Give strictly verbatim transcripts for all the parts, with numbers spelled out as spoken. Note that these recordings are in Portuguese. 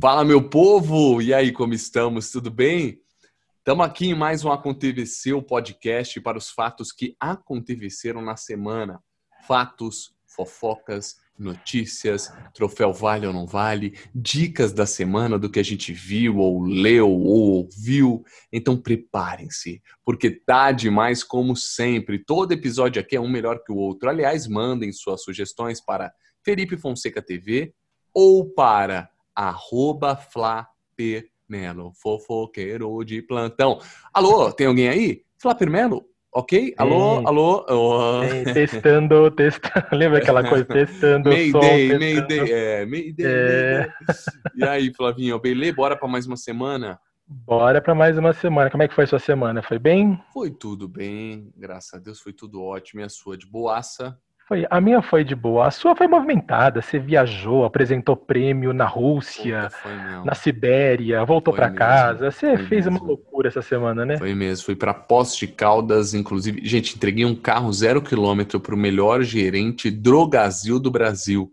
Fala, meu povo! E aí, como estamos? Tudo bem? Estamos aqui em mais um Aconteceu podcast para os fatos que aconteceram na semana. Fatos, fofocas, notícias, troféu vale ou não vale, dicas da semana do que a gente viu, ou leu, ou ouviu. Então preparem-se, porque tá demais como sempre. Todo episódio aqui é um melhor que o outro. Aliás, mandem suas sugestões para Felipe Fonseca T V ou para arroba Flapermelo, fofoqueiro de plantão. Alô, tem alguém aí? Flapermelo? Ok? Alô, Tem, alô? Oh. tem, testando, testando. Lembra aquela coisa? Testando o som, Mayday, Mayday, testando. é, Mayday, É, Mayday. E aí, Flavinho, beleza? Bora para mais uma semana? bora para mais uma semana. Como é que foi sua semana? Foi bem? Foi tudo bem, graças a Deus, foi tudo ótimo. E a sua de boaça? Foi. A minha foi de boa. A sua foi movimentada. Você viajou, apresentou prêmio na Puta, Rússia, foi na mesmo, Sibéria, voltou foi para mesmo, casa. Você foi fez uma mesmo. loucura essa semana, né? Foi mesmo, fui para Poços de Caldas, inclusive, gente, entreguei um carro zero quilômetro para o melhor gerente drogazil do Brasil.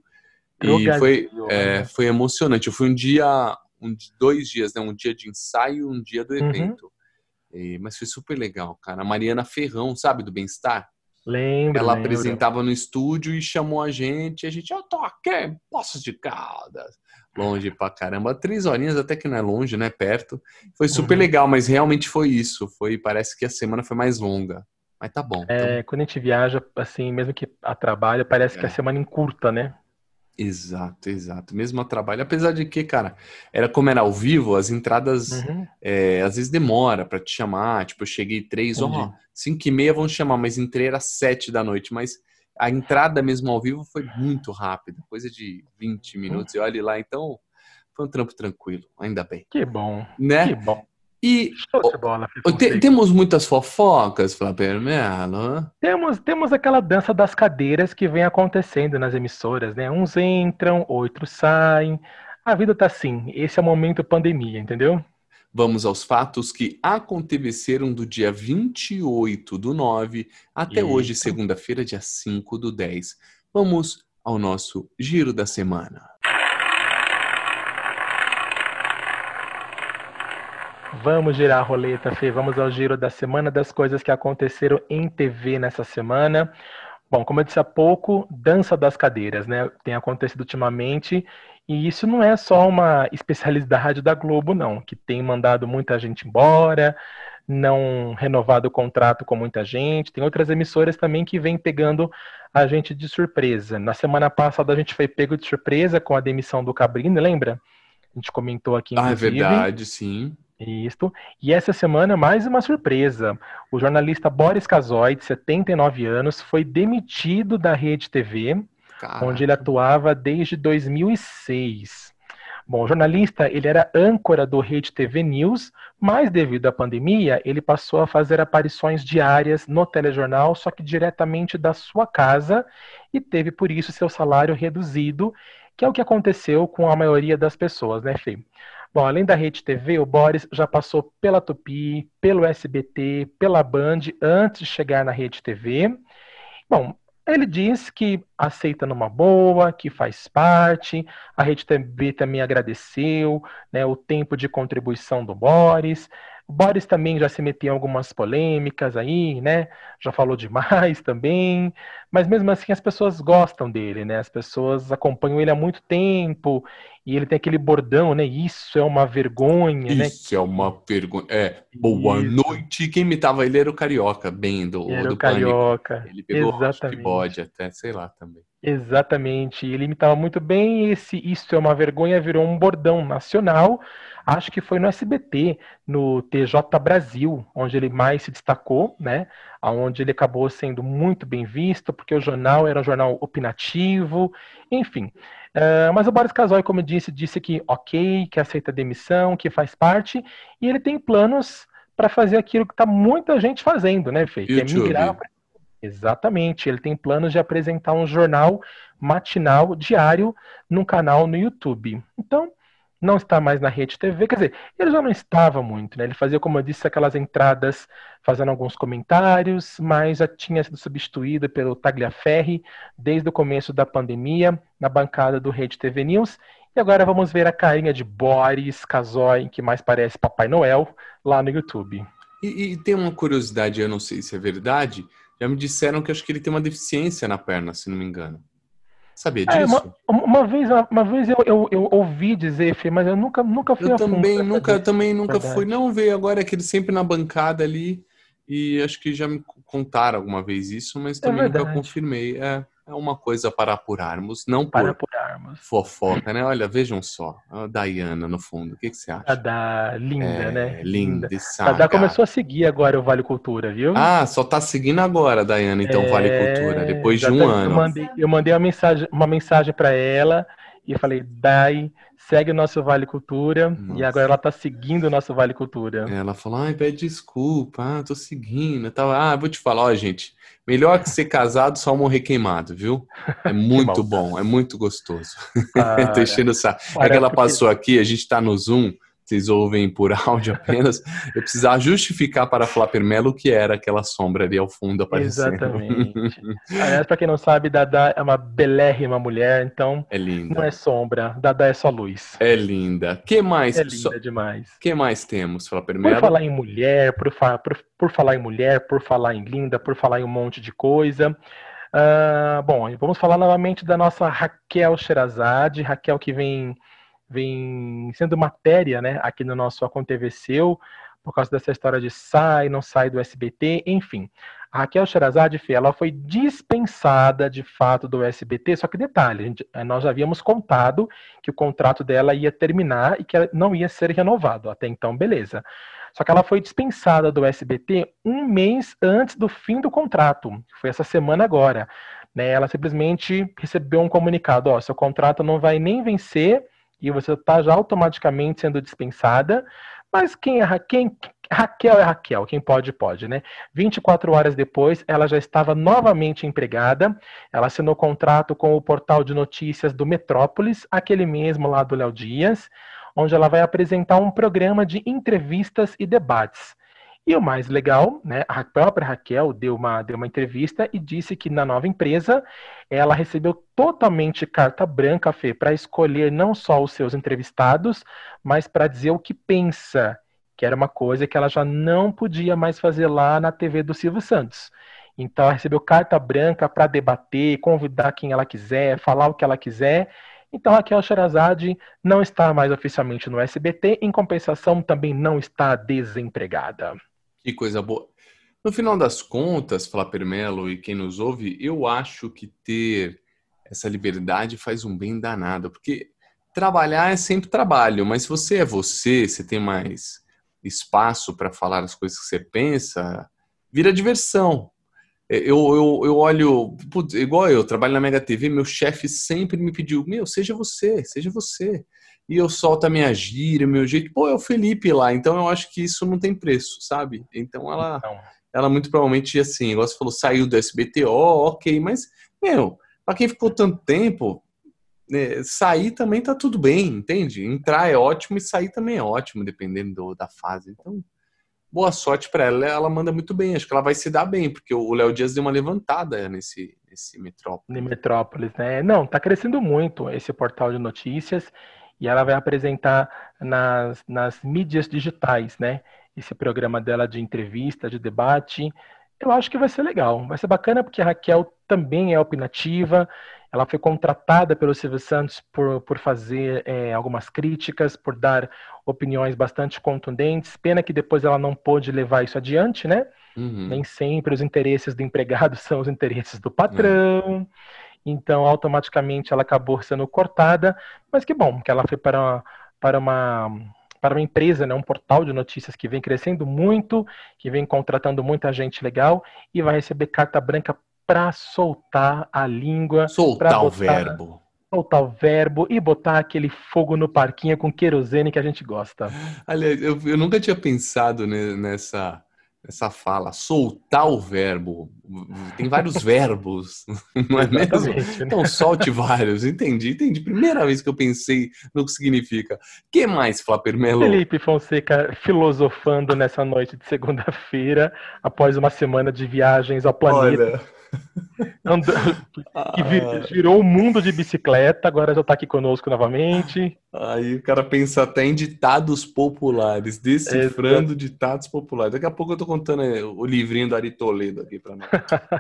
E foi, Drogazil, é, olha. foi emocionante. Eu fui um dia, um, dois dias, né? Um dia de ensaio e um dia do Uhum. evento. E- mas foi super legal, cara. A Mariana Ferrão, sabe, do Bem-Estar? Lembro, Ela lembro. apresentava no estúdio e chamou a gente. E a gente, eu tô aqui, em Poços de Caldas. Longe pra caramba. Três horinhas, até que não é longe, né? Perto. Foi super Uhum. legal, mas realmente foi isso. Foi, parece que a semana foi mais longa. Mas tá bom. Então, É, quando a gente viaja, assim, mesmo que a trabalho, parece que a é. semana encurta, né? Exato, exato. Mesmo a trabalho. Apesar de que, cara, era como era ao vivo, as entradas Uhum. é, às vezes demora pra te chamar. Tipo, eu cheguei três, Entendi. ó, cinco e meia vão chamar, mas entrei era sete da noite. Mas a entrada mesmo ao vivo foi muito rápida, coisa de vinte Hum, minutos. E olha lá, então foi um trampo tranquilo, ainda bem, Que bom, que né? bom. E Show de ó, bola, Fê ó, te- Fonseca. temos muitas fofocas, Flávio Melo. Temos, temos aquela dança das cadeiras que vem acontecendo nas emissoras, né? Uns entram, outros saem. A vida tá assim. Esse é o momento pandemia, entendeu? Vamos aos fatos que aconteceram do dia vinte e oito do nove até hoje, Isso. segunda-feira, dia cinco do dez. Vamos ao nosso giro da semana. Vamos girar a roleta, Fê. Vamos ao giro da semana das coisas que aconteceram em T V nessa semana. Bom, como eu disse há pouco, dança das cadeiras, né? Tem acontecido ultimamente, e isso não é só uma especialidade da Globo, não, que tem mandado muita gente embora, não renovado o contrato com muita gente. Tem outras emissoras também que vêm pegando a gente de surpresa. Na semana passada a gente foi pego de surpresa com a demissão do Cabrini, lembra? A gente comentou aqui, Ah, é inclusive. verdade, sim. Isso. E essa semana, mais uma surpresa. O jornalista Boris Casoy, de setenta e nove anos, foi demitido da Rede T V, onde ele Caraca. atuava desde dois mil e seis. Bom, o jornalista, ele era âncora do Rede T V News, mas devido à pandemia, ele passou a fazer aparições diárias no telejornal, só que diretamente da sua casa, e teve por isso seu salário reduzido, que é o que aconteceu com a maioria das pessoas, né, Fê? Bom, além da Rede T V, o Boris já passou pela Tupi, pelo S B T, pela Band, antes de chegar na Rede T V. Bom, ele diz que aceita numa boa, que faz parte. A Rede T V também agradeceu, né, o tempo de contribuição do Boris. O Boris também já se meteu em algumas polêmicas aí, né? Já falou demais também. Mas mesmo assim as pessoas gostam dele, né? As pessoas acompanham ele há muito tempo e ele tem aquele bordão, né? Isso é uma vergonha, né? Isso é uma vergonha. É, boa Isso. noite. Quem imitava ele era o Carioca, bem, do, Era o do Pânico. carioca. Ele pegou, acho que bode Exatamente. até, sei lá também. Exatamente, ele imitava muito bem. Esse Isso é uma vergonha virou um bordão nacional. Acho que foi no S B T, no T J Brasil, onde ele mais se destacou, né? Onde ele acabou sendo muito bem visto, porque o jornal era um jornal opinativo, enfim. Uh, mas o Boris Casoy, como eu disse, disse que ok, que aceita a demissão, que faz parte, e ele tem planos para fazer aquilo que está muita gente fazendo, né, Fê? Que é migrar. YouTube. Exatamente, ele tem planos de apresentar um jornal matinal diário num canal no YouTube. Então, não está mais na Rede T V, quer dizer, ele já não estava muito, né? Ele fazia, como eu disse, aquelas entradas fazendo alguns comentários, mas já tinha sido substituído pelo Tagliaferri desde o começo da pandemia, na bancada do Rede T V News, E agora vamos ver a carinha de Boris Casoy, que mais parece Papai Noel, lá no YouTube. E, e tem uma curiosidade, eu não sei se é verdade, já me disseram que acho que ele tem uma deficiência na perna, se não me engano. Sabia É, disso? uma, uma vez, uma, uma vez eu, eu, eu ouvi dizer, Fê, mas eu nunca, nunca fui Eu a fundo também pra nunca, saber, também nunca fui. verdade. Não veio agora aquele sempre na bancada ali e acho que já me contaram alguma vez isso, mas É também nunca verdade. confirmei. É, é uma coisa para apurarmos, não Para por apurarmos. fofoca, né? Olha, vejam só, a Diana no fundo. O que que você acha? Dada, linda, né? É, Linda. linda e Dada saga. começou a seguir agora o Vale Cultura, viu? Ah, só tá seguindo agora, Diana, então Vale Cultura, É, depois de um exatamente. Eu ano. mandei, eu mandei uma mensagem, uma mensagem para ela e falei, Dai, segue o nosso Vale Cultura. E agora Nossa. ela tá seguindo o nosso Vale Cultura. Ela falou, ai, pede desculpa, ah, tô seguindo, e tal. Ah, vou te falar, ó, gente, melhor que ser casado, só morrer queimado, viu? É Que muito bom, é maldade. muito gostoso. Tô Para. enchendo o saco. É que Para, ela porque. passou aqui, a gente tá no Zoom, vocês ouvem por áudio apenas. Eu precisava justificar para a Flapper Mello o que era aquela sombra ali ao fundo aparecendo. Exatamente. Aliás, para quem não sabe, Dada é uma belérrima mulher, então É não é linda, sombra, Dada é só luz. é linda. Que mais? É Só... linda demais. Que mais temos, Flapper Por Mello? falar em mulher, por, fa por, por falar em mulher, por falar em linda, por falar em um monte de coisa. Uh, bom, vamos falar novamente da nossa Raquel Sherazade, Raquel que vem, vem sendo matéria, né, aqui no nosso Aconteceu, por causa dessa história de sai, não sai do S B T, enfim. A Raquel Sherazade, Fê, ela foi dispensada de fato do S B T, só que detalhe, gente, nós já havíamos contado que o contrato dela ia terminar e que não ia ser renovado, até então beleza. Só que ela foi dispensada do S B T um mês antes do fim do contrato, foi essa semana agora. Né? Ela simplesmente recebeu um comunicado, ó, seu contrato não vai nem vencer e você está já automaticamente sendo dispensada, mas quem é quem, Raquel é Raquel, quem pode, pode, né? vinte e quatro horas depois, ela já estava novamente empregada, ela assinou contrato com o portal de notícias do Metrópolis, aquele mesmo lá do Léo Dias, onde ela vai apresentar um programa de entrevistas e debates. E o mais legal, né, a própria Raquel deu uma, deu uma entrevista e disse que na nova empresa ela recebeu totalmente carta branca, Fê, para escolher não só os seus entrevistados, mas para dizer o que pensa, que era uma coisa que ela já não podia mais fazer lá na T V do Silvio Santos. Então ela recebeu carta branca para debater, convidar quem ela quiser, falar o que ela quiser. Então, Raquel Sherazade não está mais oficialmente no S B T, em compensação, também não está desempregada. Que coisa boa. No final das contas, Flapper Mello e quem nos ouve, eu acho que ter essa liberdade faz um bem danado, porque trabalhar é sempre trabalho, mas se você é você, você tem mais espaço para falar as coisas que você pensa, vira diversão. Eu, eu, eu olho, putz, igual eu, trabalho na Mega T V, meu chefe sempre me pediu, meu, seja você, seja você. E eu solto a minha gíria, meu jeito, pô, é o Felipe lá, então eu acho que isso não tem preço, sabe? Então ela, Não. ela muito provavelmente, assim, igual você falou, saiu do S B T, ó, ok, mas, meu, pra quem ficou tanto tempo, né, sair também tá tudo bem, entende? Entrar é ótimo e sair também é ótimo, dependendo do, da fase. Então, boa sorte para ela, ela manda muito bem, acho que ela vai se dar bem, porque o Léo Dias deu uma levantada nesse, nesse Metrópolis. De Metrópolis, né? Não, está crescendo muito esse portal de notícias e ela vai apresentar nas, nas mídias digitais, né? Esse programa dela de entrevista, de debate. Eu acho que vai ser legal, vai ser bacana porque a Raquel também é opinativa, ela foi contratada pelo Silvio Santos por, por fazer é, algumas críticas, por dar opiniões bastante contundentes. Pena que depois ela não pôde levar isso adiante, né? Nem Uhum, sempre os interesses do empregado são os interesses do é. patrão. Então, automaticamente, ela acabou sendo cortada. Mas que bom que ela foi para uma, para uma, para uma empresa, né, um portal de notícias que vem crescendo muito, que vem contratando muita gente legal e vai receber carta branca para soltar a língua, para Soltar o botar, verbo. soltar o verbo e botar aquele fogo no parquinho com querosene que a gente gosta. Aliás, eu, eu nunca tinha pensado ne- nessa, nessa fala, soltar o verbo. Tem vários verbos, não é mesmo? Exatamente, né? Então solte vários, entendi, entendi. Primeira vez que eu pensei no que significa. Que mais, Flapper Mello? Felipe Fonseca filosofando nessa noite de segunda-feira, após uma semana de viagens ao Olha, planeta. Andou, que vir- girou o mundo de bicicleta, agora já está aqui conosco novamente. Aí o cara pensa até em ditados populares, Exa- decifrando ditados populares. Daqui a pouco eu tô contando eh, o livrinho do Ari Toledo aqui para nós.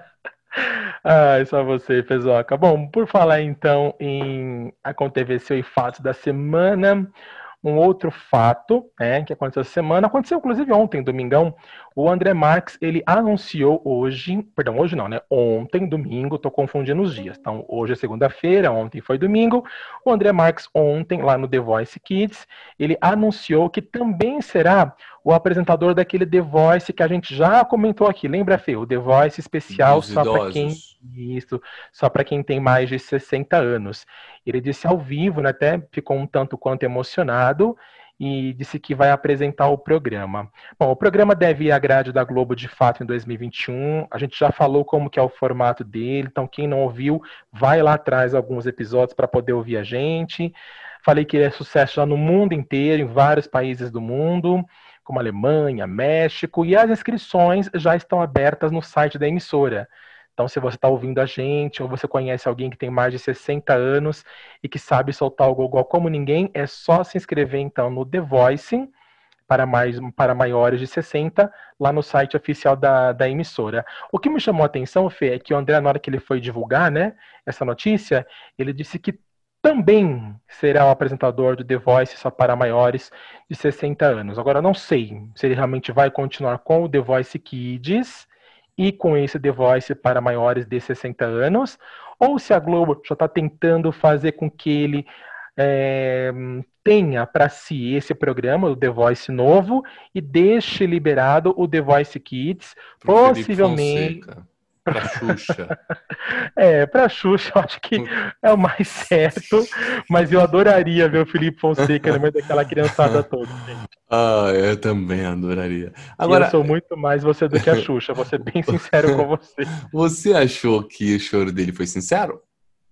Ai, só você, Pezoca. Bom, por falar então em aconteceu e fatos da semana, um outro fato, né, que aconteceu essa semana, aconteceu inclusive ontem, domingão, o André Marques, ele anunciou hoje, perdão, hoje não, né, ontem, domingo, tô confundindo os dias, então hoje é segunda-feira, ontem foi domingo, o André Marques ontem, lá no The Voice Kids, ele anunciou que também será o apresentador daquele The Voice que a gente já comentou aqui, lembra, Fê? O The Voice especial Dos só para quem, idosos. isso, só para quem tem mais de sessenta anos. Ele disse ao vivo, né, até ficou um tanto quanto emocionado e disse que vai apresentar o programa. Bom, o programa deve ir à grade da Globo de fato em dois mil e vinte e um. A gente já falou como que é o formato dele, então quem não ouviu, vai lá atrás alguns episódios para poder ouvir a gente. Falei que ele é sucesso já no mundo inteiro, em vários países do mundo, como Alemanha, México, e as inscrições já estão abertas no site da emissora. Então, se você está ouvindo a gente, ou você conhece alguém que tem mais de sessenta anos e que sabe soltar o gogó como ninguém, é só se inscrever então no The Voice para, mais, para maiores de sessenta, lá no site oficial da, da emissora. O que me chamou a atenção, Fê, é que o André, na hora que ele foi divulgar, né, essa notícia, ele disse que também será o apresentador do The Voice só para maiores de sessenta anos. Agora, não sei se ele realmente vai continuar com o The Voice Kids e com esse The Voice para maiores de sessenta anos, ou se a Globo já está tentando fazer com que ele é, tenha para si esse programa, o The Voice novo, e deixe liberado o The Voice Kids, Pro Felipe possivelmente. Fonseca. Pra Xuxa. É, para Xuxa eu acho que é o mais certo, mas eu adoraria ver o Felipe Fonseca no meio daquela criançada toda, gente. Ah, eu também adoraria. E eu Agora, sou muito mais você do que a Xuxa, vou ser bem sincero com você. você achou que o choro dele foi sincero?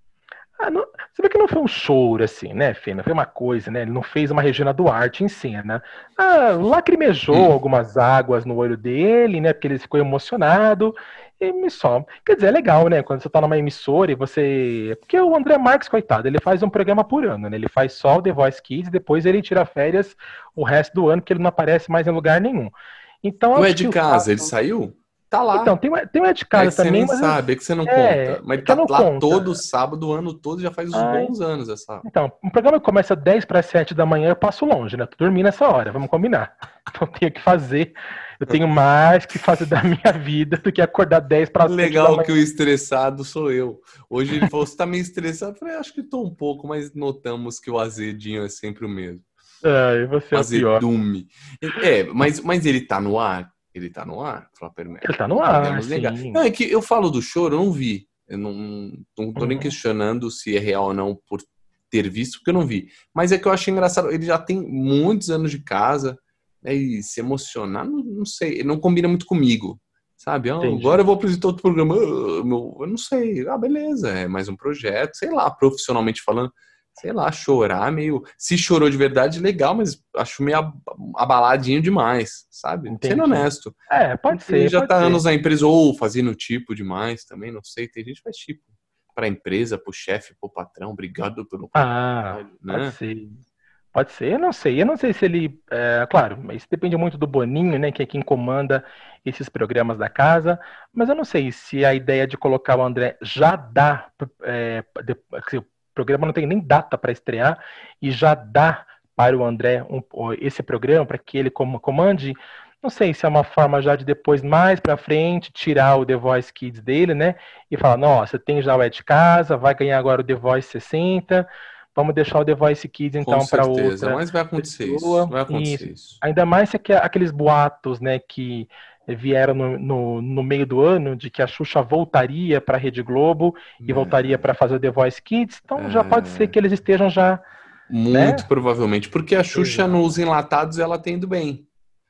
Ah, não, você vê que não foi um choro assim, né, Fê? Não foi uma coisa, né? Ele não fez uma Regina Duarte em cena. Ah, lacrimejou Hum. algumas águas no olho dele, né? Porque ele ficou emocionado. E me só. Quer dizer, é legal, né? Quando você tá numa emissora e você. Porque o André Marques, coitado, ele faz um programa por ano, né? Ele faz só o The Voice Kids e depois ele tira férias o resto do ano, porque ele não aparece mais em lugar nenhum. Então, O É acho de que o Casa, ele fato. saiu? Tá Então, lá. tem, uma- tem uma de É casa que você também, nem mas sabe, é que você não conta. é, Mas é ele que eu tá não lá conta. todo sábado, o ano todo, já faz uns Ai, bons anos essa. então, um programa que começa dez para sete da manhã, eu passo longe, né? Tô dormindo nessa hora, vamos combinar. Então, eu tenho que fazer, eu tenho mais que fazer da minha vida do que acordar dez para sete da Legal que manhã. o estressado sou eu. Hoje ele falou: você tá meio estressado? Eu falei: acho que tô um pouco, mas notamos que o azedinho é sempre o mesmo. Ai, você O é o pior. azedume. É, mas, mas ele tá no ar? Ele tá no ar, Flávio Ele tá Não no ar, podemos negar. Não, sim. é que eu falo do choro, eu não vi. Eu não, não tô nem Uhum, questionando se é real ou não por ter visto, porque eu não vi. Mas é que eu achei engraçado. Ele já tem muitos anos de casa, né, e se emocionar, não, não sei, ele não combina muito comigo. Sabe? Ah, agora entendi. eu vou apresentar outro programa. Ah, meu, eu não sei. Ah, beleza, é mais um projeto. Sei lá, profissionalmente falando, sei lá, chorar meio. Se chorou de verdade, legal, mas acho meio ab- abaladinho demais, sabe? Sendo Entendi. honesto. É, pode Porque ser, já pode tá ser. anos na empresa, ou fazendo tipo demais também, não sei. Tem gente que faz tipo pra empresa, pro chefe, pro patrão, obrigado pelo Ah, trabalho, pode né? ser. Pode ser, eu não sei. Eu não sei se ele. É, claro, mas depende muito do Boninho, né? Que é quem comanda esses programas da casa. Mas eu não sei se a ideia de colocar o André já dá. É, de- assim, o programa não tem nem data para estrear e já dá para o André um- esse programa para que ele como- comande. Não sei se é uma forma já de depois, mais para frente, tirar o The Voice Kids dele, né? E falar: nossa, tem já o É de Casa, vai ganhar agora o The Voice sessenta. Vamos deixar o The Voice Kids Com então para certeza, outra mas vai acontecer isso. pessoa. Vai E acontecer isso. ainda mais se aqu- aqueles boatos, né, que vieram no, no, no meio do ano de que a Xuxa voltaria para a Rede Globo e voltaria É, para fazer o The Voice Kids. Então já pode ser é, que eles estejam já, muito né? provavelmente, porque a Xuxa nos Exato. enlatados ela tem indo bem.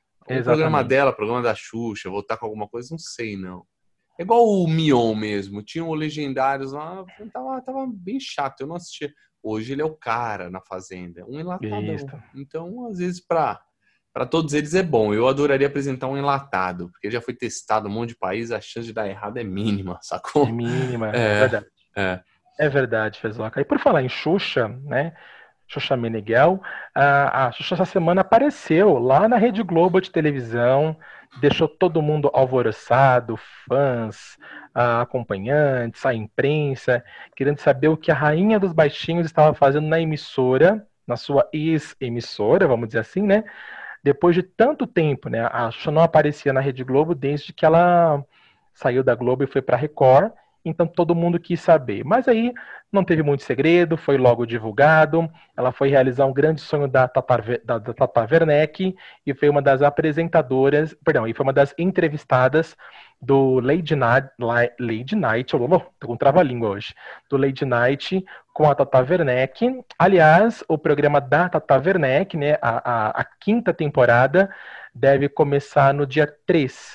O programa Exatamente. dela, o programa da Xuxa, voltar com alguma coisa, não sei não. É igual o Mion mesmo, tinha o Legendários lá, tava, tava bem chato, eu não assistia. Hoje ele é o cara na Fazenda, um enlatadão. Isso. Então, às vezes, pra para todos eles é bom. Eu adoraria apresentar um enlatado, porque já foi testado um monte de país, a chance de dar errado é mínima, É sacou? mínima, é É, verdade. é. É verdade, Fezoca. E por falar em Xuxa, né? Xuxa Meneghel, a, a Xuxa essa semana apareceu lá na Rede Globo de televisão, deixou todo mundo alvoroçado, fãs, a, acompanhantes, a imprensa, querendo saber o que a Rainha dos Baixinhos estava fazendo na emissora, na sua ex-emissora, vamos dizer assim, né? Depois de tanto tempo, né? A Xuxa não aparecia na Rede Globo desde que ela saiu da Globo e foi para a Record, então todo mundo quis saber. Mas aí não teve muito segredo, foi logo divulgado. Ela foi realizar um grande sonho da Tata, da, da Tata Werneck e foi uma das apresentadoras, perdão, e foi uma das entrevistadas do Lady Night, Lady Night, oh, tô com trava-língua hoje, do Lady Night com a Tata Werneck. Aliás, o programa da Tata Werneck, né, a, a, a quinta temporada, deve começar no dia três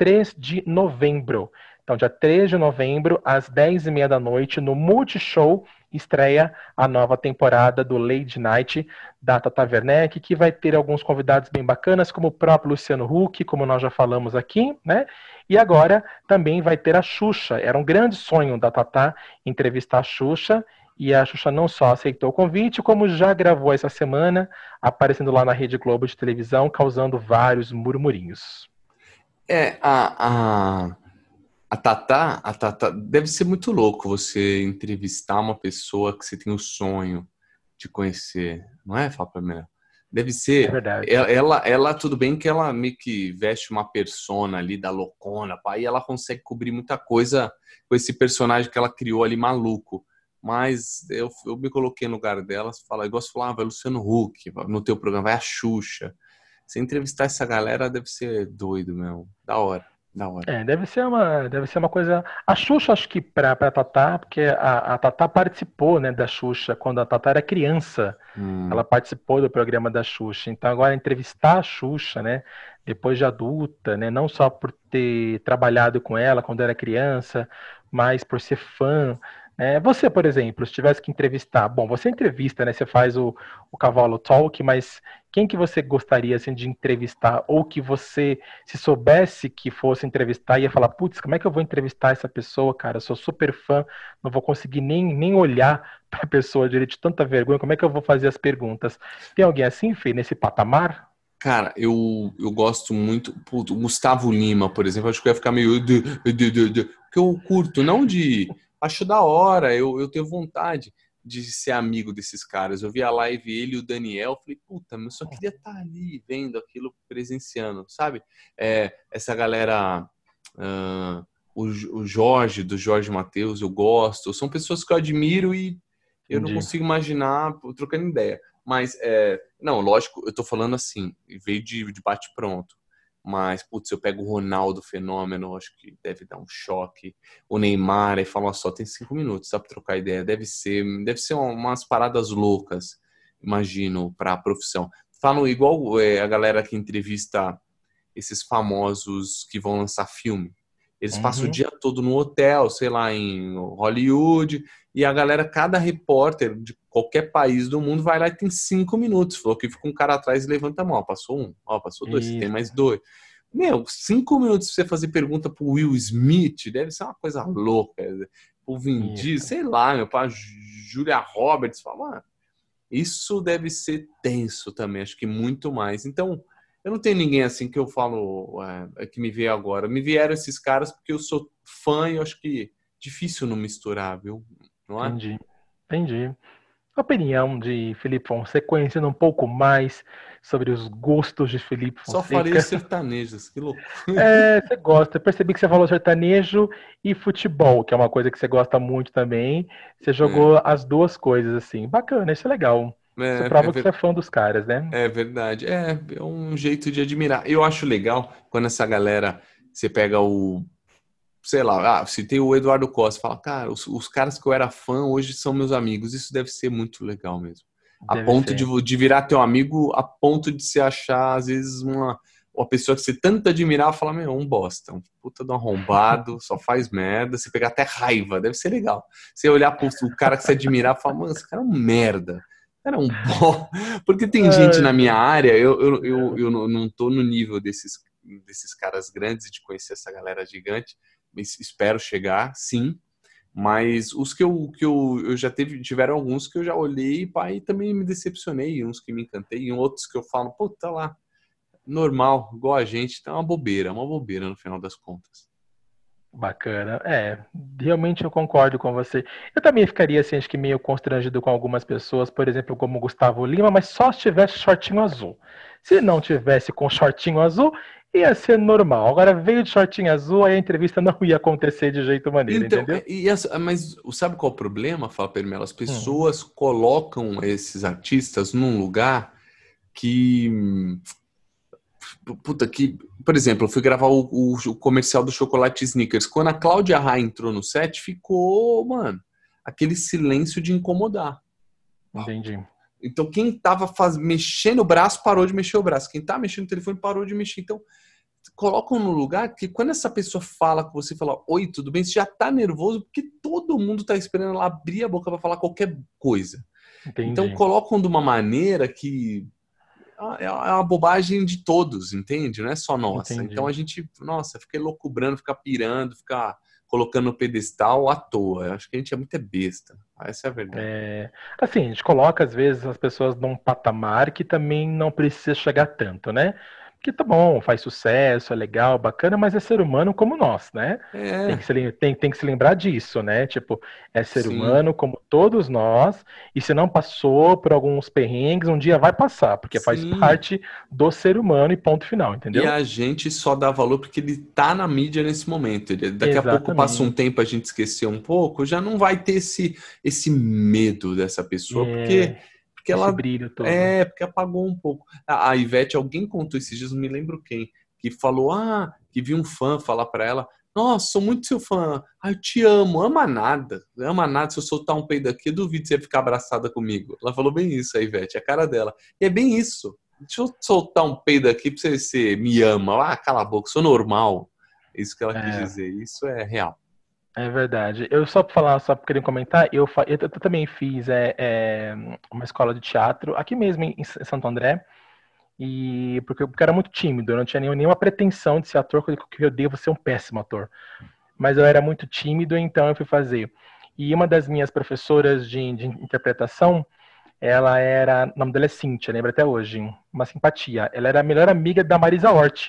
de novembro. Então, dia três de novembro, às dez e meia da noite, no Multishow, estreia a nova temporada do Lady Night da Tata Werneck, que vai ter alguns convidados bem bacanas, como o próprio Luciano Huck, como nós já falamos aqui, né? E agora também vai ter a Xuxa. Era um grande sonho da Tata entrevistar a Xuxa, e a Xuxa não só aceitou o convite, como já gravou essa semana, aparecendo lá na Rede Globo de televisão, causando vários murmurinhos. É, a, a, a Tatá, a Tatá, deve ser muito louco você entrevistar uma pessoa que você tem o sonho de conhecer, não é, Fábio Melo? Deve É ser, verdade. ela, ela, ela, tudo bem que ela meio que veste uma persona ali da loucona, pá, e ela consegue cobrir muita coisa com esse personagem que ela criou ali maluco. Mas eu, eu me coloquei no lugar dela, fala, igual você falava, ah, vai Luciano Huck, no teu programa, vai a Xuxa. Você entrevistar essa galera deve ser doido mesmo. Da hora, da hora. É, deve ser uma, deve ser uma coisa. A Xuxa, acho que pra, pra Tatá, porque a, a Tatá participou, né, da Xuxa quando a Tatá era criança. Ela Hum, participou do programa da Xuxa. Então, agora entrevistar a Xuxa, né, depois de adulta, né, não só por ter trabalhado com ela quando era criança, mas por ser fã. Né? Você, por exemplo, se tivesse que entrevistar, bom, você entrevista, né, você faz o, o Cavalo Talk, mas quem que você gostaria assim, de entrevistar ou que você, se soubesse que fosse entrevistar, ia falar, putz, como é que eu vou entrevistar essa pessoa, cara? Eu sou super fã, não vou conseguir nem, nem olhar para a pessoa direito de tanta vergonha, como é que eu vou fazer as perguntas? Tem alguém assim, Fê, nesse patamar? cara, eu, eu gosto muito. Puto, o Gustavo Lima, por exemplo, acho que eu ia ficar meio. de- de- de- de- Porque eu curto, não de. Acho da hora, eu, eu tenho vontade de ser amigo desses caras. Eu vi a live ele e o Daniel, falei, puta, mas eu só queria estar ali vendo aquilo, presenciando, sabe? É, essa galera. ah, o, o Jorge, do Jorge Mateus, eu gosto. São pessoas que eu admiro e eu não Entendi. consigo imaginar trocando ideia. Mas, é, não, lógico, eu tô falando assim, veio de, de bate-pronto. Mas, putz, eu pego o Ronaldo Fenômeno, acho que deve dar um choque. O Neymar, aí fala, ó, só tem cinco minutos, dá pra trocar ideia. Deve ser, deve ser umas paradas loucas, imagino, pra profissão. Falam igual é, a galera que entrevista esses famosos que vão lançar filme. Eles passam o Uhum. dia todo no hotel, sei lá, em Hollywood, e a galera, cada repórter de qualquer país do mundo vai lá e tem cinco minutos. Falou que fica um cara atrás e levanta a mão. Ó, passou um, ó, passou dois, você tem Isso. mais dois. Meu, cinco minutos pra você fazer pergunta pro Will Smith deve ser uma coisa louca. O Vin Diesel, Isso. sei lá, meu pai, Julia Roberts, fala, mano, isso deve ser tenso também, acho que muito mais. Então, eu não tenho ninguém assim que eu falo, é, que me vê agora. Me vieram esses caras porque eu sou fã e eu acho que difícil não misturar, viu? Não é? Entendi. Entendi. Opinião de Felipe Fonseca, conhecendo um pouco mais sobre os gostos de Felipe Só falei os Fonseca. sertanejos, que louco. É, você gosta. Eu percebi que você falou sertanejo e futebol, que é uma coisa que você gosta muito também. Você É, jogou as duas coisas, assim. Bacana, isso é legal. Isso é, é, prova que você é ver- fã dos caras, né? é verdade. É, é um jeito de admirar. Eu acho legal quando essa galera, você pega o, sei lá, ah, citei o Eduardo Costa, fala, cara, os, os caras que eu era fã hoje são meus amigos. Isso deve ser muito legal mesmo. A Deve ponto de, ser. de virar teu amigo, a ponto de se achar, às vezes, uma, uma pessoa que você tanto admirar, fala, meu, um bosta, um puta de um arrombado, só faz merda, você pegar até raiva, deve ser legal. Você olhar pro o cara que você admirar e falar, mano, esse cara é um merda. Era um bom. Porque tem gente Ai, na minha meu área, eu, eu, eu, Deus. eu não não tô no nível desses, desses caras grandes, de conhecer essa galera gigante, mas espero chegar, sim. Mas os que eu, que eu, eu já teve, tiveram alguns que eu já olhei, pá, e também me decepcionei, uns que me encantei, e outros que eu falo, pô, tá lá, normal, igual a gente, tá uma bobeira, uma bobeira no final das contas. Bacana. É, realmente eu concordo com você. Eu também ficaria assim, acho que meio constrangido com algumas pessoas, por exemplo, como o Gustavo Lima, mas só se tivesse shortinho azul. Se não tivesse com shortinho azul, ia ser normal. Agora veio de shortinho azul, aí a entrevista não ia acontecer de jeito maneira, Então, entendeu? é, e essa- mas sabe qual é o problema, Fala Permela? As Hum, pessoas colocam esses artistas num lugar que, puta, que, por exemplo, eu fui gravar o, o- o comercial do chocolate Snickers. Quando a Cláudia Raia entrou no set, ficou, mano, aquele silêncio de incomodar. entendi. Então, quem tava faz... mexendo o braço parou de mexer o braço. Quem tá mexendo o telefone parou de mexer. Então, colocam no lugar que quando essa pessoa fala com você, fala, oi, tudo bem? Você já tá nervoso porque todo mundo tá esperando ela abrir a boca para falar qualquer coisa. Então, Entendi. colocam de uma maneira que é uma bobagem de todos, entende? Não é só nossa. Então, Entendi. a gente, nossa, fica loucubrando, fica pirando, fica colocando no pedestal à toa. Eu acho que a gente é muito besta. Essa é a verdade. É, assim, a gente coloca às vezes as pessoas num patamar que também não precisa chegar tanto, né? Que tá bom, faz sucesso, é legal, bacana, mas é ser humano como nós, né? Tem que É, se, lem- tem, tem que se lembrar disso, né? Tipo, é ser sim, humano como todos nós, e se não passou por alguns perrengues, um dia vai passar, porque faz sim. parte do ser humano e ponto final, E entendeu? a gente só dá valor porque ele tá na mídia nesse momento. Ele, daqui a pouco passa um Exatamente. tempo, a gente esqueceu um pouco, já não vai ter esse, esse medo dessa pessoa, porque, É, porque esse ela brilho todo. é, porque apagou um pouco. A, a Ivete, alguém contou esses dias, não me lembro quem, que falou, ah, que viu um fã falar pra ela, nossa, sou muito seu fã, ah, eu te amo, ama nada, ama nada, se eu soltar um peido aqui, eu duvido você ficar abraçada comigo. Ela falou bem isso, a Ivete, a cara dela. E é bem isso. Deixa eu soltar um peido aqui pra você ver se me ama. Ah, cala a boca, sou normal. É isso que ela quis É. dizer. Isso é real. É verdade. Eu só para falar, só para querer comentar, eu, fa- eu, t- eu também fiz é, é, uma escola de teatro aqui mesmo em, em Santo André, e porque, eu- porque eu era muito tímido, eu não tinha nenhuma, nenhuma pretensão de ser ator, que que eu devo ser um péssimo ator. Mas eu era muito tímido, então eu fui fazer. E uma das minhas professoras de, de interpretação, ela era, o nome dela é Cíntia, lembro até hoje, uma simpatia. Ela era a melhor amiga da Marisa Hort.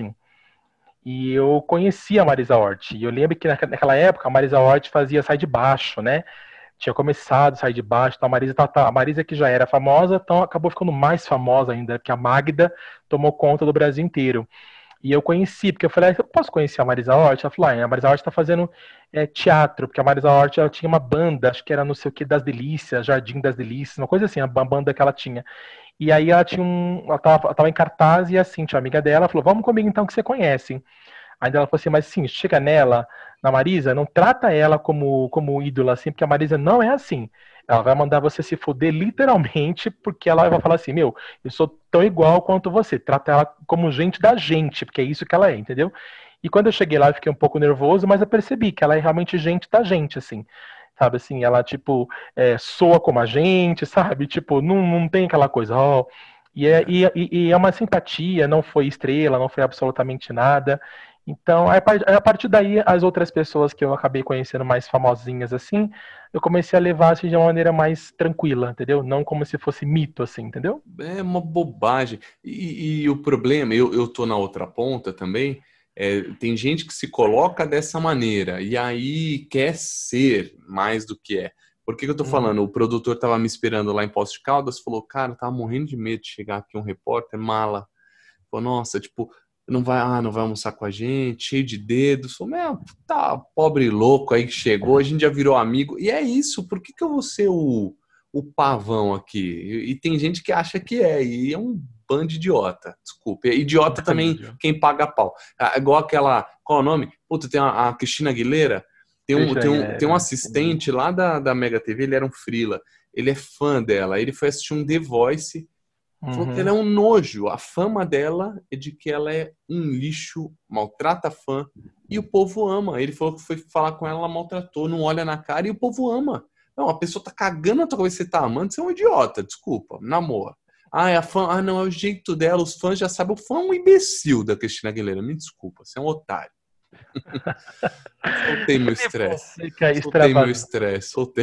E eu conhecia a Marisa Hort. E eu lembro que naquela época a Marisa Hort fazia Sai de Baixo, né? Tinha começado Sai de Baixo. Então a Marisa, tá, tá, a Marisa que já era famosa, então acabou ficando mais famosa ainda, porque a Magda tomou conta do Brasil inteiro. E eu conheci, porque eu falei, ah, eu posso conhecer a Marisa Hort? Ela falou, ah, a Marisa Hort tá fazendo é, teatro, porque a Marisa Hort ela tinha uma banda, acho que era não sei o que das Delícias, Jardim das Delícias, uma coisa assim, a banda que ela tinha. E aí ela tinha um. Ela tava, ela tava em cartaz e assim, tinha uma amiga dela, falou, vamos comigo então que você conhece. Aí ela falou assim, mas assim, chega nela, na Marisa, não trata ela como, como ídola, assim, porque a Marisa não é assim. Ela vai mandar você se fuder literalmente, porque ela vai falar assim, meu, eu sou tão igual quanto você. Trata ela como gente da gente, porque é isso que ela é, entendeu? E quando eu cheguei lá, eu fiquei um pouco nervoso, mas eu percebi que ela é realmente gente da gente, assim. Sabe assim, ela, tipo, é, soa como a gente, sabe? Tipo, não, não tem aquela coisa, ó. E é, É. e, e é uma simpatia, não foi estrela, não foi absolutamente nada. Então, a par- a partir daí, as outras pessoas que eu acabei conhecendo mais famosinhas assim, eu comecei a levar assim, de uma maneira mais tranquila, entendeu? Não como se fosse mito, assim, entendeu? É uma bobagem. E, e o problema, eu, eu tô na outra ponta também, é, tem gente que se coloca dessa maneira e aí quer ser mais do que é. Por que que eu tô Uhum. falando? O produtor tava me esperando lá em Poços de Caldas, falou, cara, eu tava morrendo de medo de chegar aqui um repórter, mala. Falou, nossa, tipo, não vai, ah, não vai almoçar com a gente, cheio de dedos. Falou, meu, tá pobre louco aí que chegou, a gente já virou amigo. E é isso, por que que eu vou ser o, o pavão aqui? E, e tem gente que acha que é, e é um bando de idiota, desculpa. E idiota também Entendi. quem paga pau. Ah, igual aquela, qual é o nome? Puta, tem a, a Cristina Aguilera, tem um, Christian tem um, tem um Aguilera, entendi. assistente lá da, da Mega T V, ele era um freela, ele é fã dela, ele foi assistir um The Voice. Falou que ela é Uhum. um nojo. A fama dela é de que ela é um lixo, maltrata a fã. E o povo ama. Ele falou que foi falar com ela, ela maltratou, não olha na cara e o povo ama. Não, a pessoa tá cagando na tua cabeça, você tá amando, você é um idiota, desculpa, namora. Ah, é a fã, ah, não, é o jeito dela, os fãs já sabem, o fã é um imbecil da Cristina Aguilera, me desculpa, você é um otário. Soltei meu estresse. Soltei meu estresse, soltei.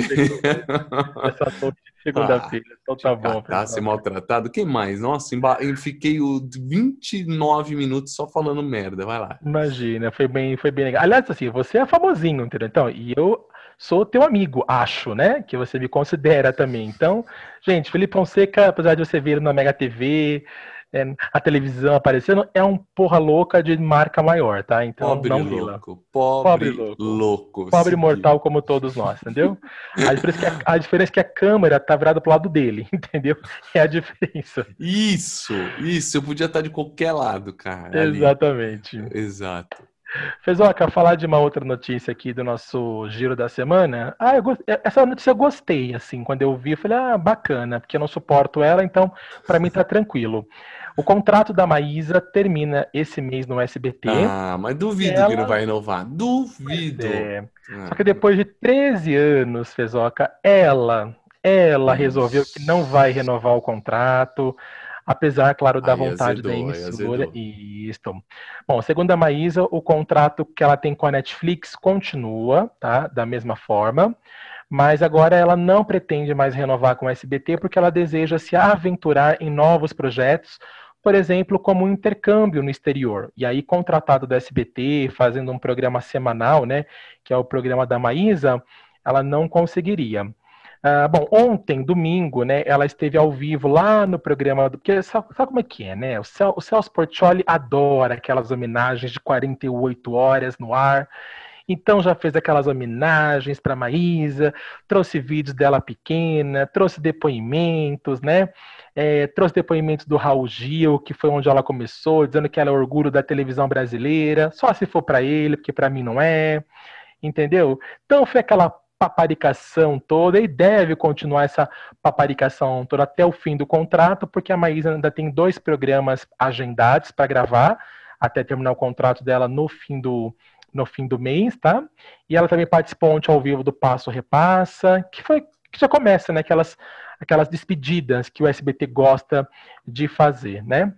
Essa noite de segunda-feira, ah, então tá bom. Catar, ser maltratado. Quem mais? Nossa, eu fiquei vinte e nove minutos só falando merda, vai lá. Imagina, foi bem, foi bem legal. Aliás, assim, você é famosinho, entendeu? Então, e eu sou teu amigo, acho, né? Que você me considera também. Então, gente, Felipe Fonseca, apesar de você ver na Mega T V, é, a televisão aparecendo, é um porra louca de marca maior, tá? Então, pobre não louco, pobre, pobre louco, louco, pobre mortal como todos nós, entendeu? A diferença, é que a, a diferença é que a câmera tá virada pro lado dele, entendeu? É a diferença. Isso, isso, eu podia estar de qualquer lado, cara. Exatamente. Ali. Exato. Fezoca, falar de uma outra notícia aqui do nosso giro da semana. Ah, eu gost... essa notícia eu gostei, assim, quando eu vi, eu falei, ah, bacana, porque eu não suporto ela, então para mim tá tranquilo. O contrato da Maísa termina esse mês no S B T. Ah, mas duvido ela... que não vai renovar. Duvido. É. Ah. Só que depois de treze anos, Fezoca, ela, ela Ixi. resolveu que não vai renovar o contrato. Apesar, claro, da aí vontade azedou, da emissora. Isso. Bom, segundo a Maísa, o contrato que ela tem com a Netflix continua, tá? Da mesma forma. Mas agora ela não pretende mais renovar com o S B T porque ela deseja se aventurar em novos projetos, por exemplo, como um intercâmbio no exterior. E aí, contratado do S B T, fazendo um programa semanal, né? Que é o programa da Maísa, ela não conseguiria. Uh, bom, ontem, domingo, né, ela esteve ao vivo lá no programa, do, porque sabe, sabe como é que é, né? O, Cel, o Celso Portiolli adora aquelas homenagens de quarenta e oito horas no ar, então já fez aquelas homenagens para Maísa, trouxe vídeos dela pequena, trouxe depoimentos, né? É, trouxe depoimentos do Raul Gil, que foi onde ela começou, dizendo que ela é orgulho da televisão brasileira, só se for para ele, porque para mim não é, entendeu? Então foi aquela paparicação toda, e deve continuar essa paparicação toda até o fim do contrato, porque a Maísa ainda tem dois programas agendados para gravar, até terminar o contrato dela no fim do, no fim do mês, tá? E ela também participou ontem ao vivo do Passo Repassa, que foi que já começa, né? Aquelas, aquelas despedidas que o S B T gosta de fazer, né?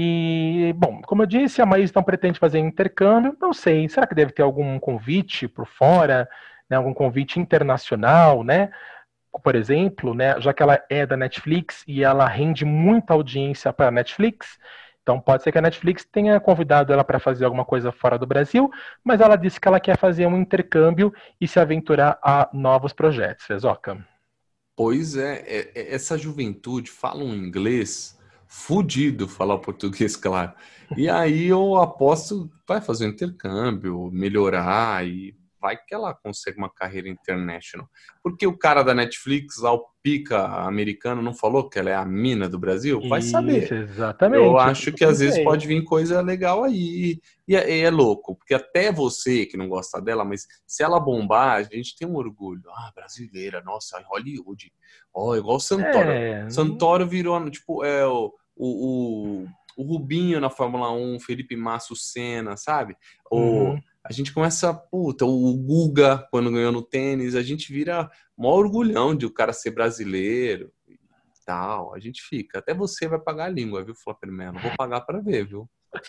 E, bom, como eu disse, a Maísa não pretende fazer intercâmbio, não sei, será que deve ter algum convite por fora, né, algum convite internacional, né? Por exemplo, né, já que ela é da Netflix e ela rende muita audiência para a Netflix, então pode ser que a Netflix tenha convidado ela para fazer alguma coisa fora do Brasil, mas ela disse que ela quer fazer um intercâmbio e se aventurar a novos projetos. Fezoca. Pois é, é, é essa juventude fala um inglês fudido, falar o português, claro. E aí eu aposto vai fazer um intercâmbio, melhorar e vai que ela consegue uma carreira international. Porque o cara da Netflix, lá o pica americano, não falou que ela é a mina do Brasil? Vai Isso, saber. Exatamente. Eu acho que às vezes pode vir coisa legal aí. E é, é louco, porque até você que não gosta dela, mas se ela bombar, a gente tem um orgulho. Ah, brasileira, nossa, Hollywood. Ó, oh, igual o Santoro. É... Santoro virou, tipo, é o, o, o Rubinho na Fórmula um, Felipe Massa, o Senna, sabe? Uhum. O... A gente começa, puta, o Guga, quando ganhou no tênis, a gente vira maior orgulhão de o cara ser brasileiro e tal. A gente fica. Até você vai pagar a língua, viu, Flopper Mello? Vou pagar para ver, viu?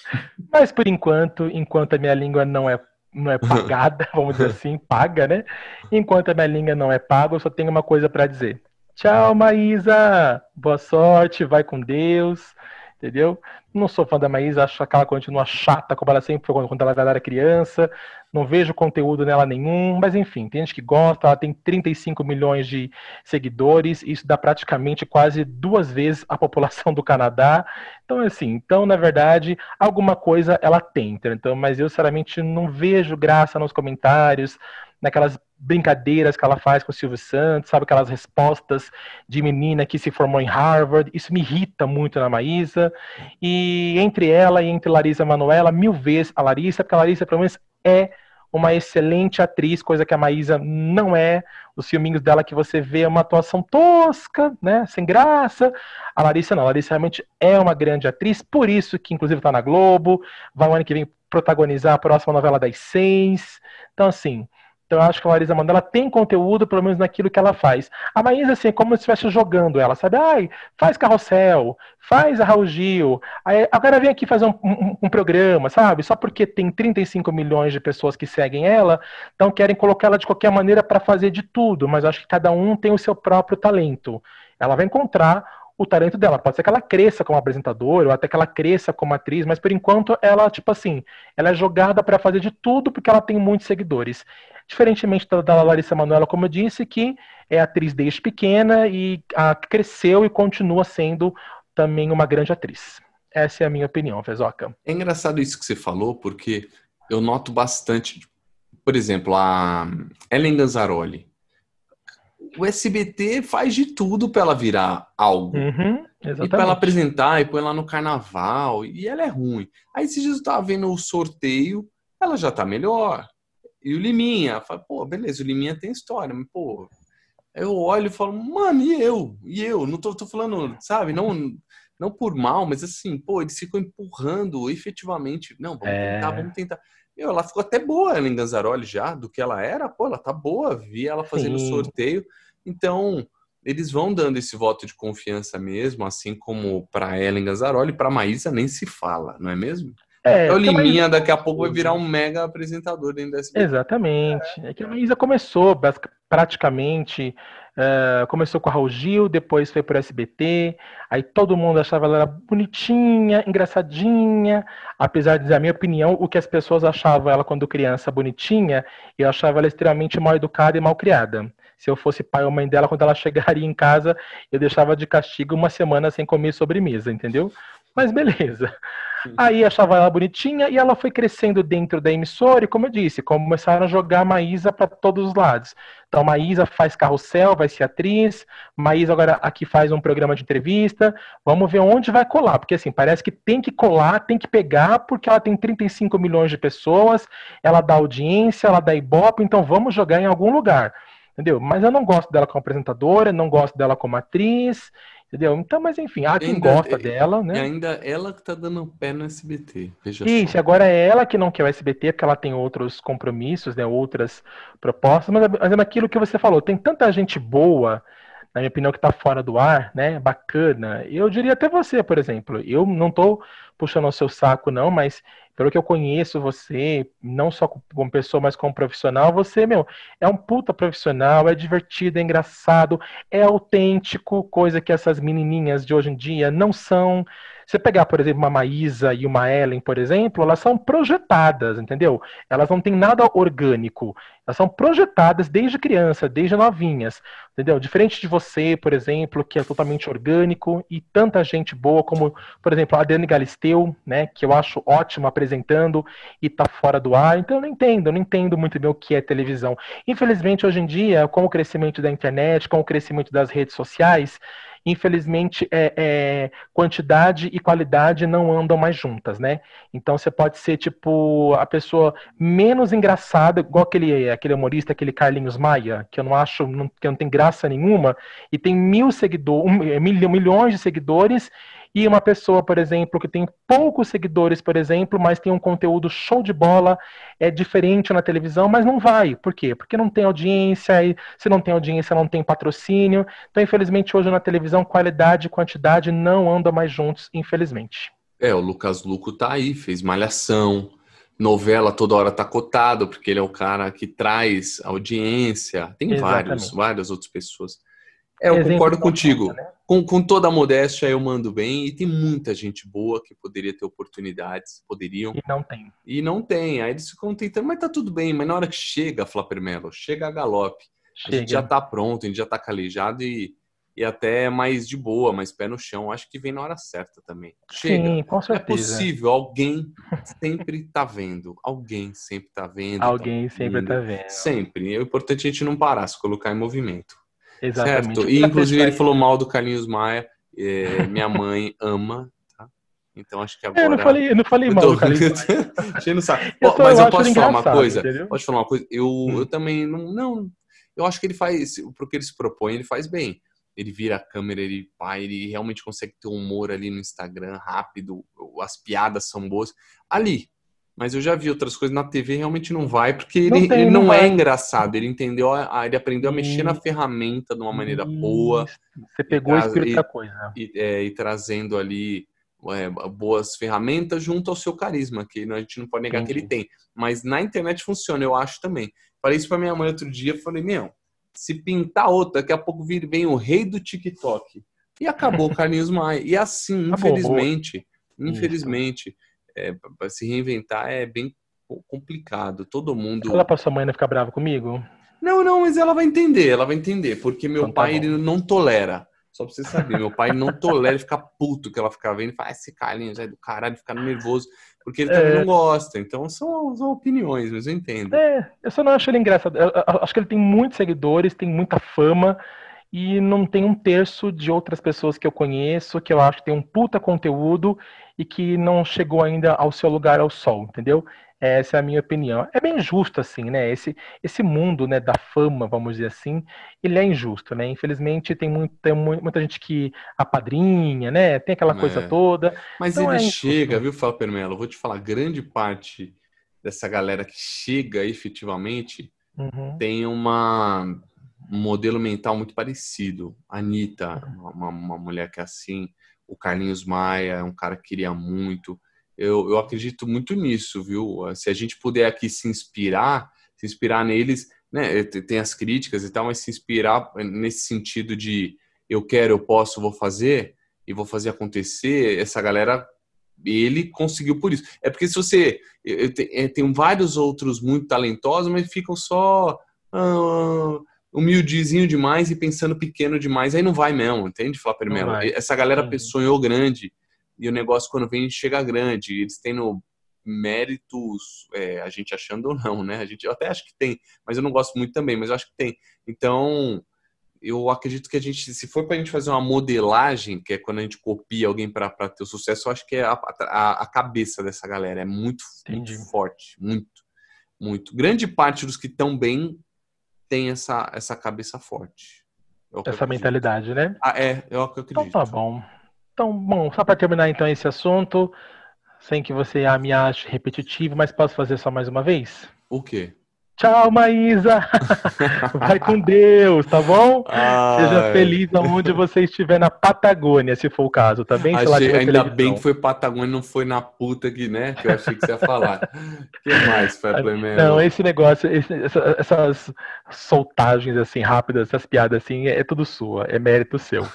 Mas por enquanto, enquanto a minha língua não é, não é pagada, vamos dizer assim, paga, né? Enquanto a minha língua não é paga, eu só tenho uma coisa para dizer. Tchau, Maísa! Boa sorte, vai com Deus. Entendeu? Não sou fã da Maísa, acho que ela continua chata como ela sempre foi quando ela era criança, não vejo conteúdo nela nenhum, mas enfim, tem gente que gosta, ela tem trinta e cinco milhões de seguidores, isso dá praticamente quase duas vezes a população do Canadá, então assim, então na verdade, alguma coisa ela tem, então, mas eu sinceramente não vejo graça nos comentários, naquelas brincadeiras que ela faz com o Silvio Santos, sabe, aquelas respostas de menina que se formou em Harvard, isso me irrita muito na Maísa, e entre ela e entre Larissa Manoela, mil vezes a Larissa, porque a Larissa pelo menos é uma excelente atriz, coisa que a Maísa não é, os filminhos dela que você vê é uma atuação tosca, né, sem graça, a Larissa não, a Larissa realmente é uma grande atriz, por isso que inclusive está na Globo, vai o ano que vem protagonizar a próxima novela das seis, então assim, Então eu acho que a Larissa Manoela tem conteúdo, pelo menos naquilo que ela faz. A Maísa, assim, é como se estivesse jogando ela, sabe? Ai, faz carrossel, faz a Raul Gil, aí, agora vem aqui fazer um, um, um programa, sabe? Só porque tem trinta e cinco milhões de pessoas que seguem ela, então querem colocar ela de qualquer maneira para fazer de tudo, mas eu acho que cada um tem o seu próprio talento. Ela vai encontrar o talento dela. Pode ser que ela cresça como apresentadora, ou até que ela cresça como atriz, mas por enquanto ela, tipo assim, ela é jogada para fazer de tudo porque ela tem muitos seguidores. Diferentemente da, da Larissa Manoela, como eu disse, que é atriz desde pequena e a, cresceu e continua sendo também uma grande atriz. Essa é a minha opinião, Fezoca. É engraçado isso que você falou, porque eu noto bastante, por exemplo, a Ellen Ganzaroli. O S B T faz de tudo para ela virar algo. Uhum, e para ela exatamente. apresentar, e põe lá no carnaval, e ela é ruim. Aí esses dias eu tava vendo o sorteio, ela já tá melhor. E o Liminha, fala, pô, beleza, o Liminha tem história, mas, pô, eu olho e falo, mano, e eu? E eu? Não tô, tô falando, sabe, não, não por mal, mas assim, pô, eles ficam empurrando efetivamente. Não, vamos tentar, É, vamos tentar. Meu, ela ficou até boa, ela em Ganzaroli já, do que ela era, pô, ela tá boa, vi ela fazendo sim. sorteio. Então, eles vão dando esse voto de confiança mesmo, assim como para Ellen Ganzaroli, para Maísa nem se fala, não é mesmo? Até É, o porque a Maísa Liminha daqui a pouco vai virar começou. um mega apresentador dentro da S B T. Exatamente. É que a Maísa começou basic- praticamente, eh, começou com a Raul Gil, depois foi para o S B T, aí todo mundo achava ela bonitinha, engraçadinha, apesar de, na minha opinião, o que as pessoas achavam ela quando criança bonitinha, eu achava ela extremamente mal educada e mal criada. Se eu fosse pai ou mãe dela, quando ela chegaria em casa, eu deixava de castigo uma semana sem comer sobremesa, entendeu? Mas beleza. Aí achava ela bonitinha e ela foi crescendo dentro da emissora e, como eu disse, começaram a jogar a Maísa para todos os lados. Então, Maísa faz carrossel, vai ser atriz, Maísa agora aqui faz um programa de entrevista, vamos ver onde vai colar, porque assim, parece que tem que colar, tem que pegar, porque ela tem trinta e cinco milhões de pessoas, ela dá audiência, ela dá ibope, então vamos jogar em algum lugar. Entendeu? Mas eu não gosto dela como apresentadora, não gosto dela como atriz, entendeu? Então, mas enfim, há E quem ainda, gosta dela, e né? ainda ela que tá dando pé no S B T, veja só. Isso, agora é ela que não quer o S B T, porque ela tem outros compromissos, né, outras propostas, mas, mas é naquilo que você falou, tem tanta gente boa, na minha opinião, que está fora do ar, né, bacana. Eu diria até você, por exemplo, eu não estou puxando o seu saco, não, mas pelo que eu conheço você, não só como pessoa, mas como profissional, você, meu, é um puta profissional, é divertido, é engraçado, é autêntico, coisa que essas menininhas de hoje em dia não são. Você pegar, por exemplo, uma Maísa e uma Ellen, por exemplo, elas são projetadas, entendeu? Elas não têm nada orgânico. Elas são projetadas desde criança, desde novinhas, entendeu? Diferente de você, por exemplo, que é totalmente orgânico e tanta gente boa como, por exemplo, a Adriane Galisteu, né, que eu acho ótima apresentando e tá fora do ar. Então eu não entendo, eu não entendo muito bem o que é televisão. Infelizmente, hoje em dia, com o crescimento da internet, com o crescimento das redes sociais, infelizmente, é, é, quantidade e qualidade não andam mais juntas, né? Então você pode ser, tipo, a pessoa menos engraçada, igual aquele, aquele humorista, aquele Carlinhos Maia, que eu não acho, não, que não tem graça nenhuma, e tem mil seguidores, um, mil, milhões de seguidores, e uma pessoa, por exemplo, que tem poucos seguidores, por exemplo, mas tem um conteúdo show de bola, é diferente na televisão, mas não vai. Por quê? Porque não tem audiência, e se não tem audiência, não tem patrocínio. Então, infelizmente, hoje na televisão, qualidade e quantidade não andam mais juntos, infelizmente. É, o Lucas Luco tá aí, fez Malhação, novela toda hora tá cotado, porque ele é o cara que traz audiência. Tem vários, Exatamente. várias outras pessoas. É, eu Exemplo concordo não falta, contigo. né? Com, com toda a modéstia, eu mando bem, e tem muita gente boa que poderia ter oportunidades, poderiam, E não tem. e não tem. Aí eles ficam tentando, mas tá tudo bem. Mas na hora que chega, Flapper Mello, chega a galope, a gente já Chega. tá pronto, a gente já tá calejado e, e até mais de boa, mais pé no chão. Acho que vem na hora certa também. Chega. Sim, com Não é certeza. possível, alguém sempre tá vendo. Alguém sempre tá vendo, tá Alguém sempre tá ouvindo. vendo. Sempre. E o importante é a gente não parar, se colocar em movimento. Exatamente. Certo? Eu E queria inclusive fechar ele esse. falou mal do Carlinhos Maia. É, minha mãe ama, tá? Então acho que É, eu não agora. falei, eu não falei Eu mal tô do Carlinhos Maia. enchendo o saco. Eu Ó, só mas eu eu acho ele posso falar uma engraçado, coisa? entendeu? Posso falar uma coisa? Eu, eu Hum. também não, não. Eu acho que ele faz. Porque ele se propõe, ele faz bem. Ele vira a câmera, ele vai, ele realmente consegue ter um humor ali no Instagram rápido. As piadas são boas. Ali. Mas eu já vi outras coisas na T V, realmente não vai, porque ele Não não, tem, ele não não é vai. engraçado. Ele entendeu, a, ele aprendeu a mexer na E, ferramenta de uma maneira boa e você e, pegou o traz, espírito da e, coisa. e, é, e trazendo ali é, boas ferramentas junto ao seu carisma, que a gente não pode negar que ele Entendi. tem. Mas na internet funciona, eu acho também. Falei isso pra minha mãe outro dia, falei, meu, se pintar outra, daqui a pouco vir- vem o rei do TikTok. E acabou o Carlinhos Maia. E assim, Acabou. infelizmente, Isso. infelizmente, é, para se reinventar é bem complicado. Todo Fala mundo. pra sua mãe não ficar brava comigo. Não, não, mas ela vai entender, ela vai entender, porque meu Então tá pai ele bom. não tolera. Só pra você saber, meu pai não tolera ficar puto que ela fica vendo e fala, ah, esse Carlinhos é do caralho, ficar nervoso, porque ele também É, não gosta. Então são, são opiniões, mas eu entendo. é, eu só não acho ele engraçado. Eu, eu acho que ele tem muitos seguidores, tem muita fama e não tem um terço de outras pessoas que eu conheço que eu acho que tem um puta conteúdo e que não chegou ainda ao seu lugar ao sol, entendeu? Essa é a minha opinião. É bem injusto assim, né? Esse, esse mundo, né, da fama, vamos dizer assim, ele é injusto, né? Infelizmente tem, muito, tem mu- muita gente que apadrinha, né? Tem aquela coisa É. toda. Mas Então ele é chega, injusto. viu, Fábio Melo? Eu vou te falar, grande parte dessa galera que chega efetivamente Uhum, tem uma, um modelo mental muito parecido. A Anitta, uma, uma mulher que é assim, o Carlinhos Maia é um cara que queria muito. Eu, eu acredito muito nisso, viu? Se a gente puder aqui se inspirar, se inspirar neles, né? Tem as críticas e tal, mas se inspirar nesse sentido de eu quero, eu posso, vou fazer e vou fazer acontecer, essa galera ele conseguiu por isso. É porque se você. Eu, eu te, eu tenho vários outros muito talentosos, mas ficam só ah, humildezinho demais e pensando pequeno demais. Aí não vai mesmo, entende, Flávio não Melo? vai. Essa galera Entendi. sonhou grande e o negócio, quando vem, chega grande. Eles têm no méritos, é, a gente achando ou não, né? A gente, eu até acho que tem, mas eu não gosto muito também, mas eu acho que tem. Então eu acredito que a gente, se for para a gente fazer uma modelagem, que é quando a gente copia alguém para ter o sucesso, eu acho que é a, a, a cabeça dessa galera é muito, muito Entendi. forte, muito, muito. Grande parte dos que estão bem tem essa, essa cabeça forte. É o que eu Essa acredito. mentalidade, né? Ah, é, é o que eu Então tá acredito. bom. Então, bom, só para terminar então esse assunto, sem que você me ache repetitivo, mas posso fazer só mais uma vez? O quê? Tchau, Maísa! Vai com Deus, tá bom? Seja Ai, feliz aonde você estiver na Patagônia, se for o caso, tá bem? Se lá achei, tiver ainda bem que televisão. foi Patagônia, não foi na puta que, né? Que eu achei que você ia falar. O que mais, Feble Não, Melo? esse negócio, esse- essa- essas soltagens assim rápidas, essas piadas assim, é tudo sua, é mérito seu.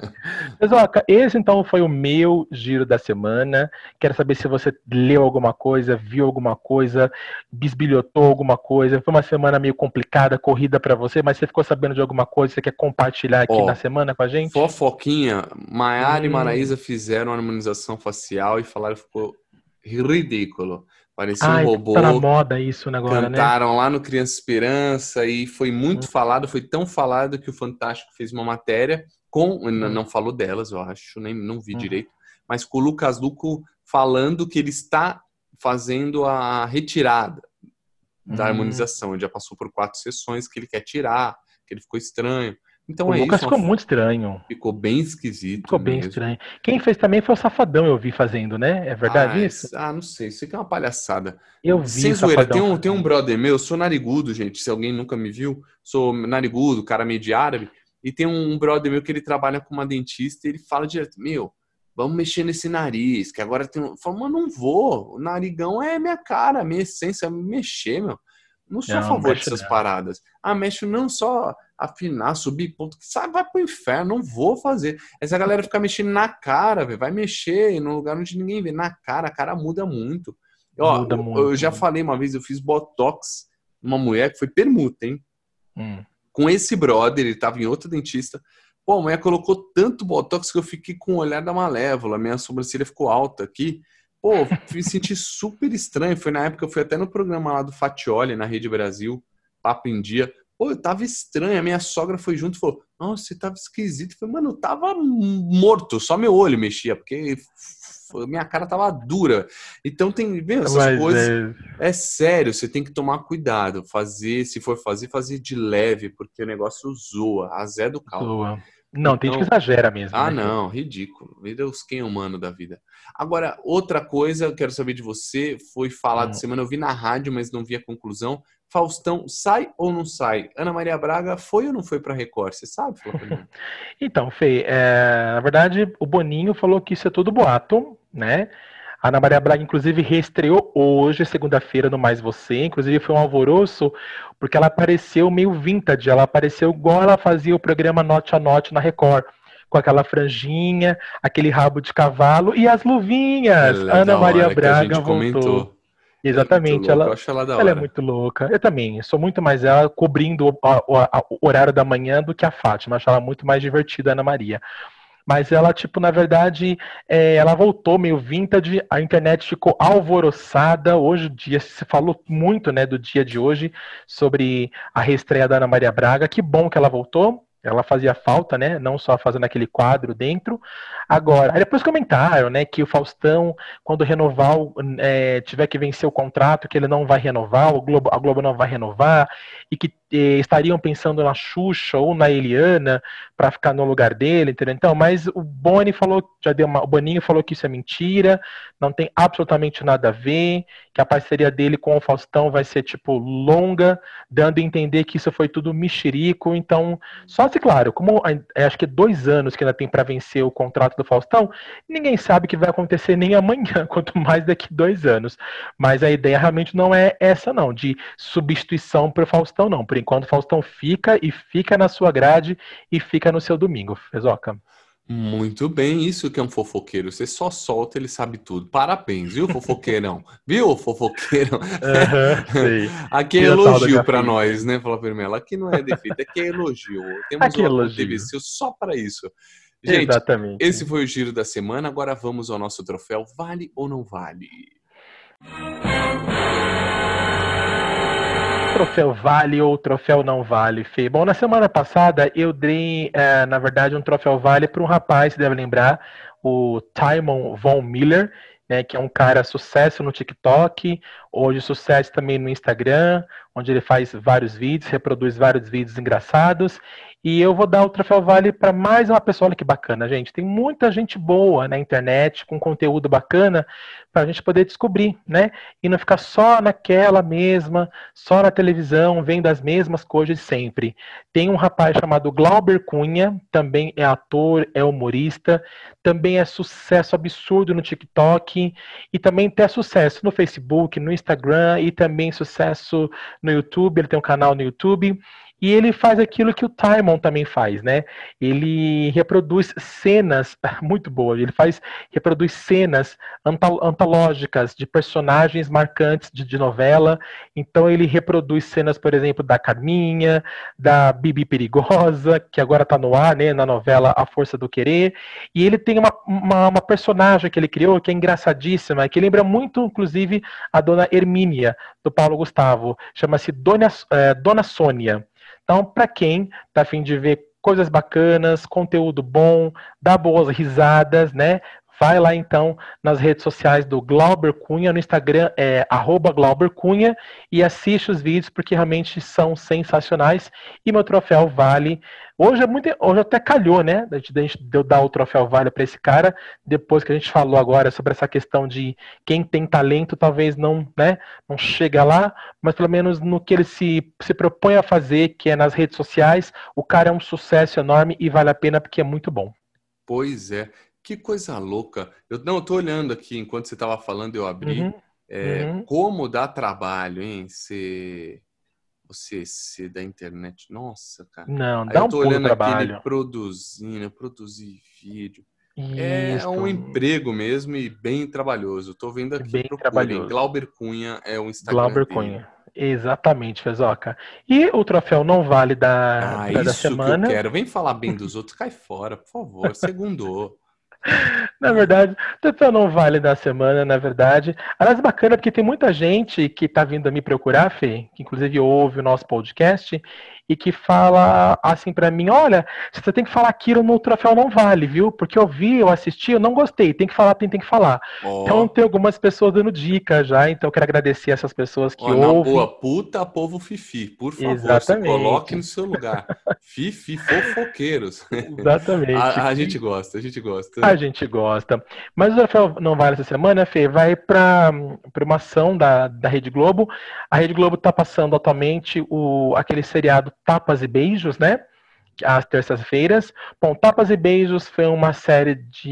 Mas, ó, ca- esse então foi o meu giro da semana. Quero saber se você leu alguma coisa, viu alguma coisa, bisbilhotou alguma coisa. Foi uma semana meio complicada, corrida pra você, mas você ficou sabendo de alguma coisa que você quer compartilhar aqui na Ó, semana com a gente? fofoquinha, Maiara e Hum. Maraísa fizeram a harmonização facial e falaram que ficou ridículo. Parecia um Ai, tá na robô. moda isso agora, né? Cantaram lá no Criança Esperança e foi Hum, muito falado, foi tão falado que o Fantástico fez uma matéria com, n- hum, não falou delas, eu acho, nem não vi hum, direito, mas com o Lucas Luco falando que ele está fazendo a retirada da hum. harmonização. Ele já passou por quatro sessões que ele quer tirar, que ele ficou estranho. O Então é Lucas isso, uma- ficou muito estranho. ficou bem esquisito Ficou bem mesmo. estranho. Quem fez também foi o Safadão, eu vi fazendo, né? É Ah, verdade isso? es- ah, não sei, isso aqui é uma palhaçada. Eu vi Sem o zoeira, tem Safadão um, tem um fazendo. brother meu, eu sou narigudo, gente, se alguém nunca me viu, sou narigudo, cara meio de árabe, e tem um brother meu que ele trabalha com uma dentista e ele fala direto, meu, vamos mexer nesse nariz, que agora tem um... Eu falo, mas não vou, o narigão é minha cara, minha essência, é mexer, meu. Não sou a Não, favor mexe dessas não. paradas. Ah, mexe não só afinar, subir ponto, que sabe, vai pro inferno, não vou fazer. Essa galera fica mexendo na cara, velho, vai mexer num lugar onde ninguém vê, na cara, a cara muda muito. Muda Ó, eu muito. já falei uma vez, eu fiz botox numa mulher que foi permuta, hein? Hum. Com esse brother, ele tava em outro dentista. Pô, a mulher colocou tanto botox que eu fiquei com o olhar da Malévola, minha sobrancelha ficou alta aqui. Pô, me senti super estranho. Foi na época que eu fui até no programa lá do Fatioli, na Rede Brasil, Papo em Dia. Pô, eu tava estranho. A minha sogra foi junto e falou: Nossa, você tava esquisito. Eu falei, mano, eu tava morto, só meu olho mexia, porque minha cara tava dura. Então tem, meu, essas Mas coisas. é. É sério, você tem que tomar cuidado. Fazer, se for fazer, fazer de leve, porque o negócio zoa, a Zé do Cal. Zoa. Não, tem gente que Então, exagera mesmo, ah, né, Fê? não, ridículo. Meu Deus, quem é humano da vida? Agora, outra coisa, eu quero saber de você, foi falado Hum. semana, eu vi na rádio, mas não vi a conclusão. Faustão sai ou não sai? Ana Maria Braga foi ou não foi para Record? Você sabe, Flávio? Então, Fê, é, na verdade, o Boninho falou que isso é tudo boato, né? A Ana Maria Braga, inclusive, reestreou hoje, segunda-feira, no Mais Você. Inclusive, foi um alvoroço, porque ela apareceu meio vintage. Ela apareceu igual ela fazia o programa Note a Note na Record, com aquela franjinha, aquele rabo de cavalo e as luvinhas. Ela é Ana da Maria hora que a Braga gente voltou. comentou. Ela é muito Exatamente, louca, eu ela, acho ela da ela é hora. muito louca. Eu também, sou muito mais ela cobrindo o, o- a- o horário da manhã do que a Fátima. Acho ela muito mais divertida, a Ana Maria. Mas ela, tipo, na verdade, é, ela voltou meio vintage, a internet ficou alvoroçada. Hoje, o dia, se falou muito, né, do dia de hoje, sobre a reestreia da Ana Maria Braga. Que bom que ela voltou. Ela fazia falta, né? Não só fazendo aquele quadro dentro. Agora, aí depois comentaram, né, que o Faustão, quando renovar, é, tiver que vencer o contrato, que ele não vai renovar, o Globo, a Globo não vai renovar, e que eh, estariam pensando na Xuxa ou na Eliana para ficar no lugar dele, entendeu? Então, mas o Boni falou, já deu uma, o Boninho falou que isso é mentira, não tem absolutamente nada a ver, que a parceria dele com o Faustão vai ser tipo longa, dando a entender que isso foi tudo mexerico. Então, só se claro, como acho que dois anos que ainda tem para vencer o contrato do Faustão, ninguém sabe o que vai acontecer nem amanhã, quanto mais daqui dois anos. Mas a ideia realmente não é essa, não, de substituição para o Faustão, não. Por enquanto, o Faustão fica e fica na sua grade e fica no seu domingo, Fezoca. Muito bem, isso que é um fofoqueiro. Você só solta, ele sabe tudo. Parabéns, viu, fofoqueirão? Viu, fofoqueirão? Aham, sei. Aqui é Fiz a tal da elogio para gafete. nós, né, Flávio Melo? Aqui não é defeito, aqui é elogio. Temos Aqui o elogio. Aconteceu só para isso. Gente, Exatamente. esse foi o giro da semana. Agora vamos ao nosso troféu. Vale ou não vale? Troféu vale ou troféu não vale, Fê? Bom, na semana passada eu dei, é, na verdade, um troféu vale para um rapaz, você deve lembrar, o Timon Von Miller, né, que é um cara sucesso no TikTok, hoje sucesso também no Instagram, onde ele faz vários vídeos, reproduz vários vídeos engraçados. E eu vou dar o troféu vale para mais uma pessoa. Olha que bacana, gente. Tem muita gente boa na internet com conteúdo bacana para a gente poder descobrir, né? E não ficar só naquela mesma, só na televisão, vendo as mesmas coisas sempre. Tem um rapaz chamado Glauber Cunha, também é ator, é humorista, também é sucesso absurdo no TikTok e também tem sucesso no Facebook, no Instagram e também sucesso no YouTube. Ele tem um canal no YouTube. E ele faz aquilo que o Timon também faz, né? Ele reproduz cenas muito boas. Ele faz, reproduz cenas antológicas de personagens marcantes de, de novela. Então ele reproduz cenas, por exemplo, da Carminha, da Bibi Perigosa, que agora está no ar, né? Na novela A Força do Querer. E ele tem uma, uma, uma personagem que ele criou que é engraçadíssima, que lembra muito, inclusive, a Dona Hermínia, do Paulo Gustavo. Chama-se Dona, é, Dona Sônia. Então, para quem está a fim de ver coisas bacanas, conteúdo bom, dar boas risadas, né? Vai lá então nas redes sociais do Glauber Cunha, no Instagram é arroba Glauber Cunha e assiste os vídeos porque realmente são sensacionais e meu troféu vale. Hoje é muito, hoje até calhou, né? A gente deu dar o troféu vale para esse cara, depois que a gente falou agora sobre essa questão de quem tem talento talvez não, né, não chega lá, mas pelo menos no que ele se, se propõe a fazer, que é nas redes sociais, o cara é um sucesso enorme e vale a pena porque é muito bom. Pois é, que coisa louca. Eu não, eu tô olhando aqui enquanto você estava falando, eu abri. Uhum, É, uhum. como dá trabalho, hein? Ser, você ser da internet. Nossa, cara. Não, Aí dá eu um tô pulo olhando aqui ele trabalho. produzindo, produzir vídeo. É Isso, um emprego mesmo e bem trabalhoso. Tô vendo aqui, bem procurem. trabalhoso. Glauber Cunha é o Instagram Glauber dele. Cunha. Exatamente, Fezoca. E o troféu não vale da, Ah, da, da isso que eu semana. quero. Vem falar bem dos outros, cai fora, por favor. Segundou. Na verdade, o troféu não vale da semana, na verdade. Aliás, bacana porque tem muita gente que tá vindo a me procurar, Fê, que inclusive ouve o nosso podcast, e que fala assim pra mim, olha, você tem que falar aquilo no troféu não vale, viu? Porque eu vi, eu assisti, eu não gostei, tem que falar, tem, tem que falar. Então Ó, tem algumas pessoas dando dica já, então eu quero agradecer essas pessoas que ó, na ouvem. boa, puta povo fifi, por favor, se coloque Exatamente, no seu lugar. Fifi fofoqueiros. exatamente. A, a gente gosta, a gente gosta. A gente gosta. Mas o troféu não vale essa semana, Fê, vai para uma ação da, da Rede Globo. A Rede Globo está passando atualmente o, aquele seriado Tapas e Beijos, né? Às terças-feiras. Bom, Tapas e Beijos foi uma série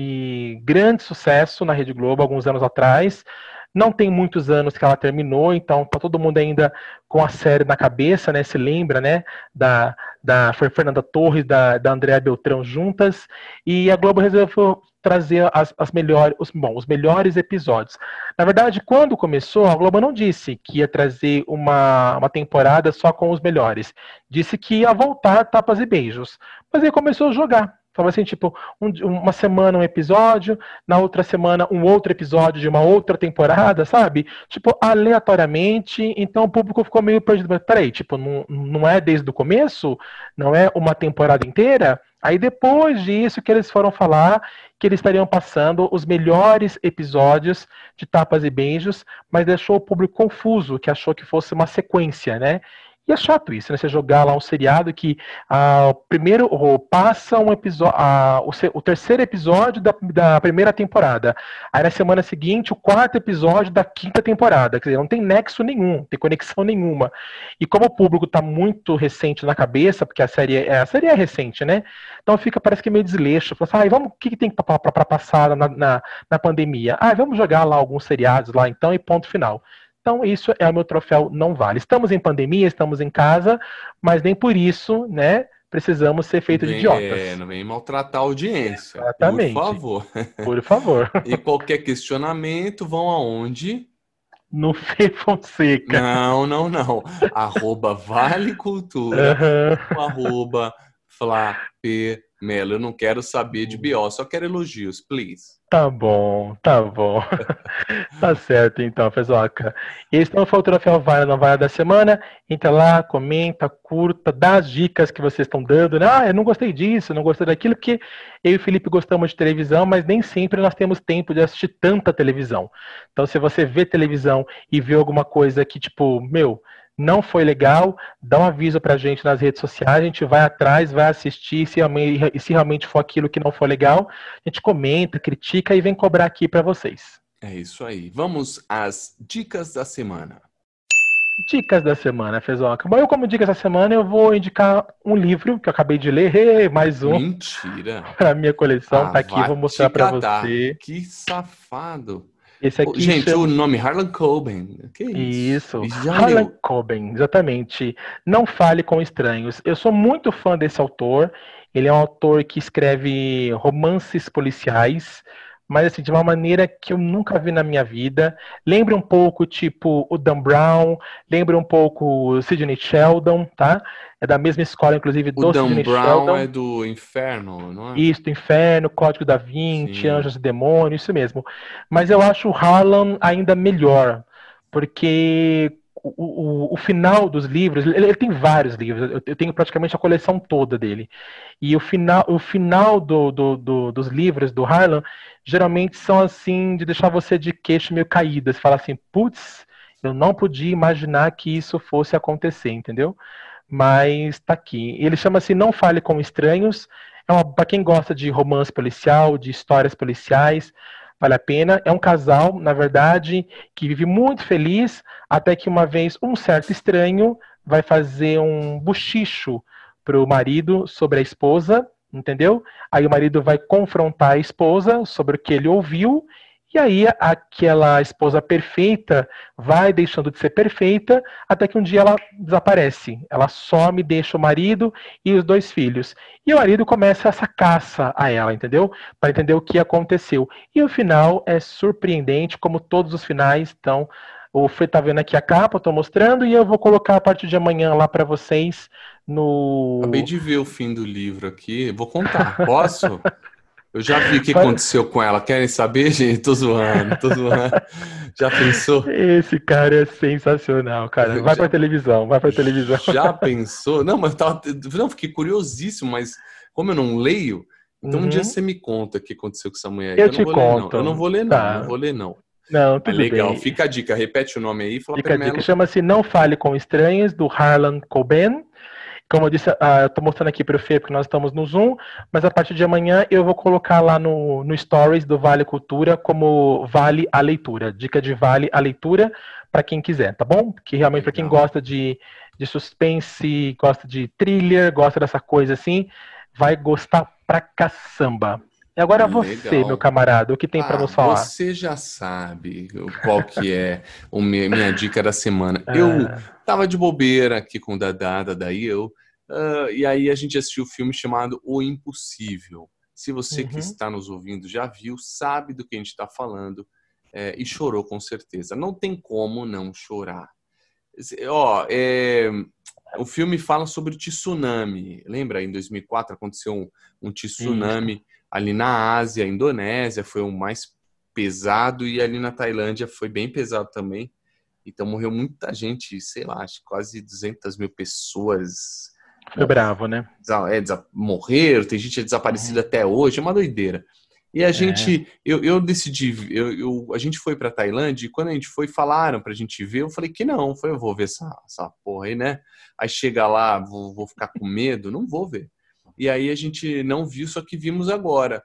de grande sucesso na Rede Globo alguns anos atrás. Não tem muitos anos que ela terminou, então tá todo mundo ainda com a série na cabeça, né? Se lembra, né? Da, da Fernanda Torres, da, da Andréa Beltrão juntas. E a Globo resolveu trazer as, as melhores, os, bom, os melhores episódios. Na verdade, quando começou, a Globo não disse que ia trazer uma, uma temporada só com os melhores. Disse que ia voltar Tapas e Beijos. Mas aí começou a jogar. Falava assim, tipo, um, uma semana um episódio, na outra semana um outro episódio de uma outra temporada, sabe? Tipo, aleatoriamente, então o público ficou meio perdido. Mas peraí, tipo, não, não é desde o começo? Não é uma temporada inteira? Aí depois disso que eles foram falar que eles estariam passando os melhores episódios de Tapas e Beijos, mas deixou o público confuso, que achou que fosse uma sequência, né? E é chato isso, né? Você jogar lá um seriado que ah, primeiro ou passa um episódio, ah, o, o terceiro episódio da, da primeira temporada. Aí na semana seguinte, o quarto episódio da quinta temporada. Quer dizer, não tem nexo nenhum, não tem conexão nenhuma. E como o público está muito recente na cabeça, porque a série é, a série é recente, né? Então fica, parece que meio desleixo. Fala assim, ah, vamos, o que, que tem para passar na, na, na pandemia? Ah, vamos jogar lá alguns seriados lá então e ponto final. Então, isso é o meu troféu não vale. Estamos em pandemia, estamos em casa, mas nem por isso, né, precisamos ser feitos de Vem, é, idiotas. não vem maltratar a audiência, por Exatamente. favor. Por favor. E qualquer questionamento, vão aonde? No Fê Fonseca. Não, não, não. Arroba Vale Cultura, Uhum. arroba Flá P Melo. Eu não quero saber de B O, só quero elogios, please. Tá bom, tá bom. Tá certo, então, Fezoca. Esse não foi o troféu Vale ou não Vale da semana. Entra lá, comenta, curta, dá as dicas que vocês estão dando. Né? Ah, eu não gostei disso, não gostei daquilo, porque eu e o Felipe gostamos de televisão, mas nem sempre nós temos tempo de assistir tanta televisão. Então, se você vê televisão e vê alguma coisa que, tipo, meu, não foi legal, dá um aviso pra gente nas redes sociais, a gente vai atrás, vai assistir, se realmente, e se realmente for aquilo que não for legal, a gente comenta, critica e vem cobrar aqui pra vocês. É isso aí. Vamos às dicas da semana. Dicas da semana, Fezoca. Bom, eu como dicas da semana eu vou indicar um livro que eu acabei de ler, hey, mais um Mentira. para minha coleção, Ah, tá aqui, vai vou te mostrar para catar. você. Que safado. Esse Ô, aqui gente, o chama nome Harlan Coben. Que isso? isso, Já Harlan leu? Coben, exatamente. Não fale com estranhos. Eu sou muito fã desse autor. Ele é um autor que escreve romances policiais, mas assim, de uma maneira que eu nunca vi na minha vida. Lembra um pouco, tipo, o Dan Brown, lembra um pouco o Sidney Sheldon, tá? É da mesma escola, inclusive, O do Dan Sidney Brown é Sheldon. do Inferno, não é? Isso, Inferno, Código da Vinci, Sim. Anjos e Demônios, isso mesmo. Mas eu acho o Harlan ainda melhor, porque o, o, o final dos livros, ele, ele tem vários livros, eu, eu tenho praticamente a coleção toda dele. E o final, o final do, do, do, dos livros do Harlan geralmente são assim, de deixar você de queixo meio caído. Você fala assim, putz, eu não podia imaginar que isso fosse acontecer, entendeu? Mas tá aqui. Ele chama assim Não Fale com Estranhos. É para quem gosta de romance policial, de histórias policiais, vale a pena. É um casal, na verdade, que vive muito feliz, até que uma vez um certo estranho vai fazer um bochicho pro marido sobre a esposa, entendeu? Aí o marido vai confrontar a esposa sobre o que ele ouviu, e aí aquela esposa perfeita vai deixando de ser perfeita, até que um dia ela desaparece. Ela some, deixa o marido e os dois filhos. E o marido começa essa caça a ela, entendeu? Para entender o que aconteceu. E o final é surpreendente, como todos os finais. Então, o Fê tá vendo aqui a capa, eu tô mostrando, e eu vou colocar a partir de amanhã lá para vocês Acabei no... de ver o fim do livro aqui. Vou contar. Posso? Eu já vi o que aconteceu com ela. Querem saber, gente? Tô zoando, tô zoando. Já pensou? Esse cara é sensacional, cara. Vai Já, pra televisão, vai pra televisão. já pensou? Não, mas eu tava, não, fiquei curiosíssimo, mas como eu não leio, então um dia Uhum. você me conta o que aconteceu com essa mulher aí. Eu Eu não te vou ler, não. Eu não conto. vou ler, não. Não Tá. vou ler, não. Não, Mas tudo legal. bem. Fica a dica. Repete o nome aí e fala Fica a dica. Permelo. Chama-se Não Fale com Estranhos, do Harlan Coben. Como eu disse, ah, eu tô mostrando aqui para o Fê, porque nós estamos no Zoom, mas a partir de amanhã eu vou colocar lá no, no Stories do Vale Cultura como Vale a Leitura. Dica de Vale a Leitura para quem quiser, tá bom? Que realmente para quem Legal. gosta de, de suspense, gosta de thriller, gosta dessa coisa assim, vai gostar pra caçamba. E agora você, meu Legal. camarada, o que tem para Ah, nos falar? você já sabe qual que é a minha dica da semana. Eu Ah, tava de bobeira aqui com o Dadá, daí eu, uh, e aí a gente assistiu um filme chamado O Impossível. Se você que uhum, está nos ouvindo já viu, sabe do que a gente está falando, é, e chorou com certeza. Não tem como não chorar. Ó, é, o filme fala sobre tsunami. Lembra, em dois mil e quatro aconteceu um, um isso. tsunami ali na Ásia, Indonésia foi o mais pesado e ali na Tailândia foi bem pesado também. Então morreu muita gente, sei lá, acho que quase duzentas mil pessoas Foi mor bravo, né? é, morreram, tem gente desaparecida Uhum, até hoje, é uma doideira. E a é. gente, eu, eu decidi, eu, eu- a gente foi para Tailândia e quando a gente foi, falaram pra gente ver, eu falei que não, eu falei, eu vou ver essa, essa porra aí, né? Aí chega lá, vou, vou ficar com medo, não vou ver. E aí a gente não viu, só que vimos agora.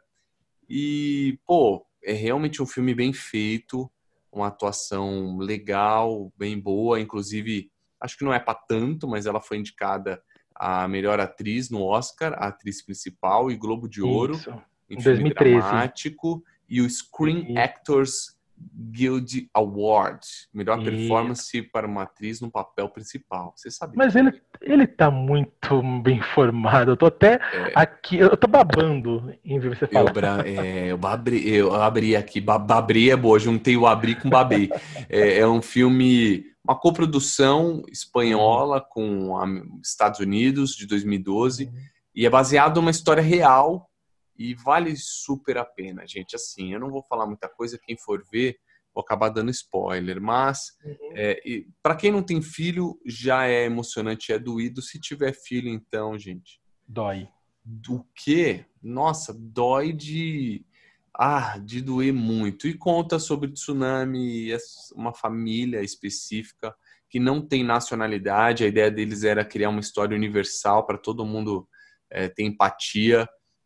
E, pô, é realmente um filme bem feito, uma atuação legal, bem boa, inclusive, acho que não é para tanto, mas ela foi indicada a melhor atriz no Oscar, a atriz principal e Globo de Ouro Isso. em Em filme dois mil e treze. dramático e o Screen E, Actors Guild Award, melhor e... performance para uma atriz no papel principal. Você sabe Mas ele, quem? ele tá muito bem formado. Eu tô até É, aqui. Eu tô babando em ver você Eu, falar. bra- é, eu, babri, eu abri aqui, ba- babri é boa, juntei o abri com babei. É, é um filme, uma coprodução Uhum. espanhola com a- Estados Unidos de dois mil e doze Uhum. e é baseado numa história real e vale super a pena, gente. Assim, eu não vou falar muita coisa, quem for ver, vou acabar dando spoiler, mas Uhum. é, para quem não tem filho, já é emocionante, é doído. Se tiver filho, então, gente Dói. do que, nossa, dói de, ah, de doer muito. E conta sobre tsunami, uma família específica que não tem nacionalidade. A ideia deles era criar uma história universal para todo mundo é, ter empatia.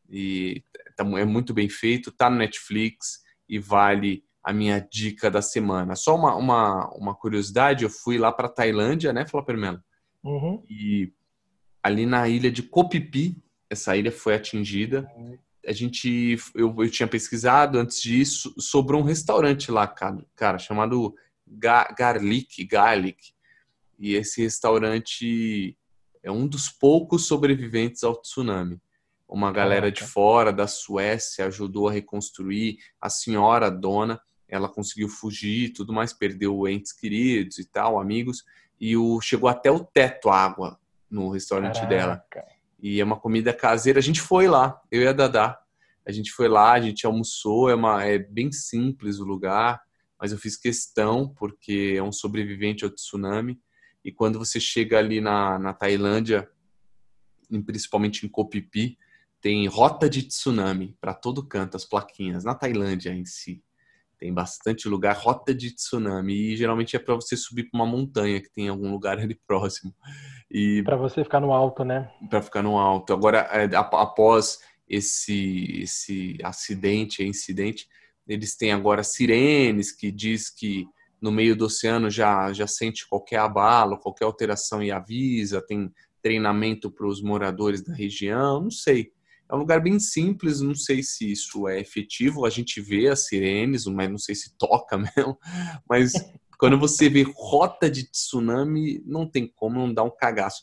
E é muito bem feito, tá no Netflix e vale a minha dica da semana. Só uma, uma, uma curiosidade, eu fui lá para Tailândia, né, Flávio? Uhum. E ali na ilha de Koh Phi Phi, essa ilha foi atingida. A gente, eu, eu tinha pesquisado antes disso, sobrou um restaurante lá, cara, cara chamado Ga- Garlic, Garlic. E esse restaurante é um dos poucos sobreviventes ao tsunami. Uma galera de Caraca. fora, da Suécia, ajudou a reconstruir. A senhora, a dona, ela conseguiu fugir, tudo mais, perdeu entes queridos e tal, amigos, e o, chegou até o teto a água no restaurante dela. Caraca. E é uma comida caseira. A gente foi lá, eu e a Dadá. A gente foi lá, a gente almoçou, é, uma, é bem simples o lugar, mas eu fiz questão porque é um sobrevivente ao tsunami. E quando você chega ali na, na Tailândia, principalmente em Koh Phi Phi, tem rota de tsunami para todo canto, as plaquinhas, na Tailândia em si. Tem bastante lugar, rota de tsunami, e geralmente é para você subir para uma montanha que tem algum lugar ali próximo. E Pra você ficar no alto, né? para ficar no alto. Agora, é, após esse, esse acidente, incidente, eles têm agora sirenes que diz que no meio do oceano já, já sente qualquer abalo, qualquer alteração e avisa, tem treinamento para os moradores da região, não sei. É um lugar bem simples, não sei se isso é efetivo, a gente vê as sirenes, mas não sei se toca mesmo, mas quando você vê rota de tsunami, não tem como não dar um cagaço.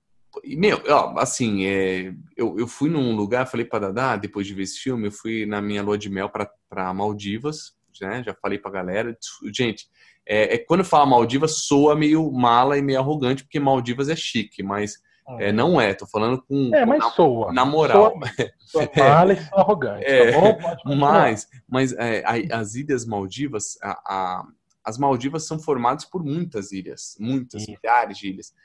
E, meu, ó, assim, é, eu, eu fui num lugar, falei pra Dadá, depois de ver esse filme, eu fui na minha lua de mel pra, pra Maldivas, né? Já falei pra galera. Gente, é, é, quando fala Maldivas, soa meio mala e meio arrogante, porque Maldivas é chique, mas É, não é, tô falando com, É, com mas na, soa. na moral. Soa, soa mala e soa arrogante, É, tá bom? Pode continuar. mas mas é, a- as Ilhas Maldivas, a, a- as Maldivas são formadas por muitas ilhas, muitas, Isso. milhares de ilhas.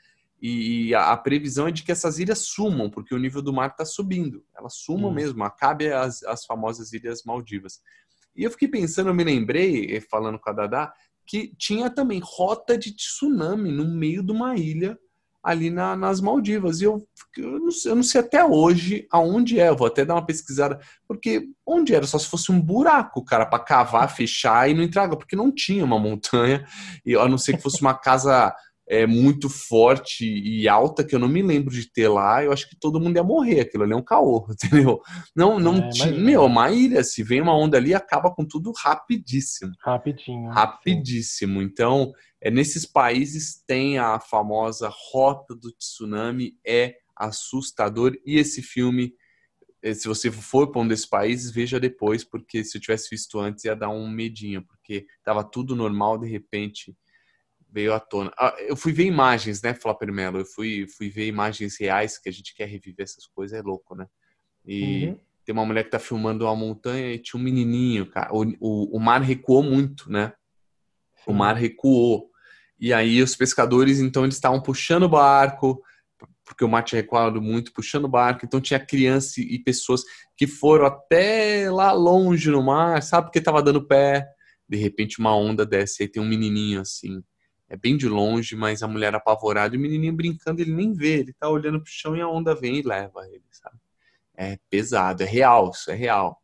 E a, a previsão é de que essas ilhas sumam, porque o nível do mar está subindo. Elas sumam Isso. mesmo, acabe as, as famosas Ilhas Maldivas. E eu fiquei pensando, eu me lembrei, eh, falando com a Dadá, que tinha também rota de tsunami no meio de uma ilha ali na- nas Maldivas. E eu, eu, não sei, eu não sei até hoje aonde é, eu vou até dar uma pesquisada, porque onde era? Só se fosse um buraco, cara, para cavar, fechar e não entrar água, porque não tinha uma montanha, e a não ser que fosse uma casa é, muito forte e alta, que eu não me lembro de ter lá, eu acho que todo mundo ia morrer, aquilo ali é um caô, entendeu? Não, não É, tinha, meu, imagina. uma ilha, se vem uma onda ali, acaba com tudo rapidíssimo. Rapidinho, sim. Rapidíssimo. Então, é, nesses países tem a famosa rota do tsunami, é assustador. E esse filme, eh, se você for para um desses países, veja depois, porque se eu tivesse visto antes ia dar um medinho, porque estava tudo normal, de repente veio à tona. Ah, eu fui ver imagens, né, Flávio Melo? Eu fui, fui ver imagens reais, que a gente quer reviver essas coisas, é louco, né? E Uhum. tem uma mulher que tá filmando uma montanha e tinha um menininho, cara. O, o, o mar recuou muito, né? O mar Sim. recuou. E aí os pescadores, então, eles estavam puxando o barco, porque o mar tinha recuado muito, puxando o barco. Então tinha criança e pessoas que foram até lá longe no mar, sabe? Porque tava dando pé. De repente uma onda desce, aí tem um menininho assim. É bem de longe, mas a mulher apavorada, e o menininho brincando, ele nem vê, ele tá olhando pro chão e a onda vem e leva ele, sabe? É pesado, é real, isso é real.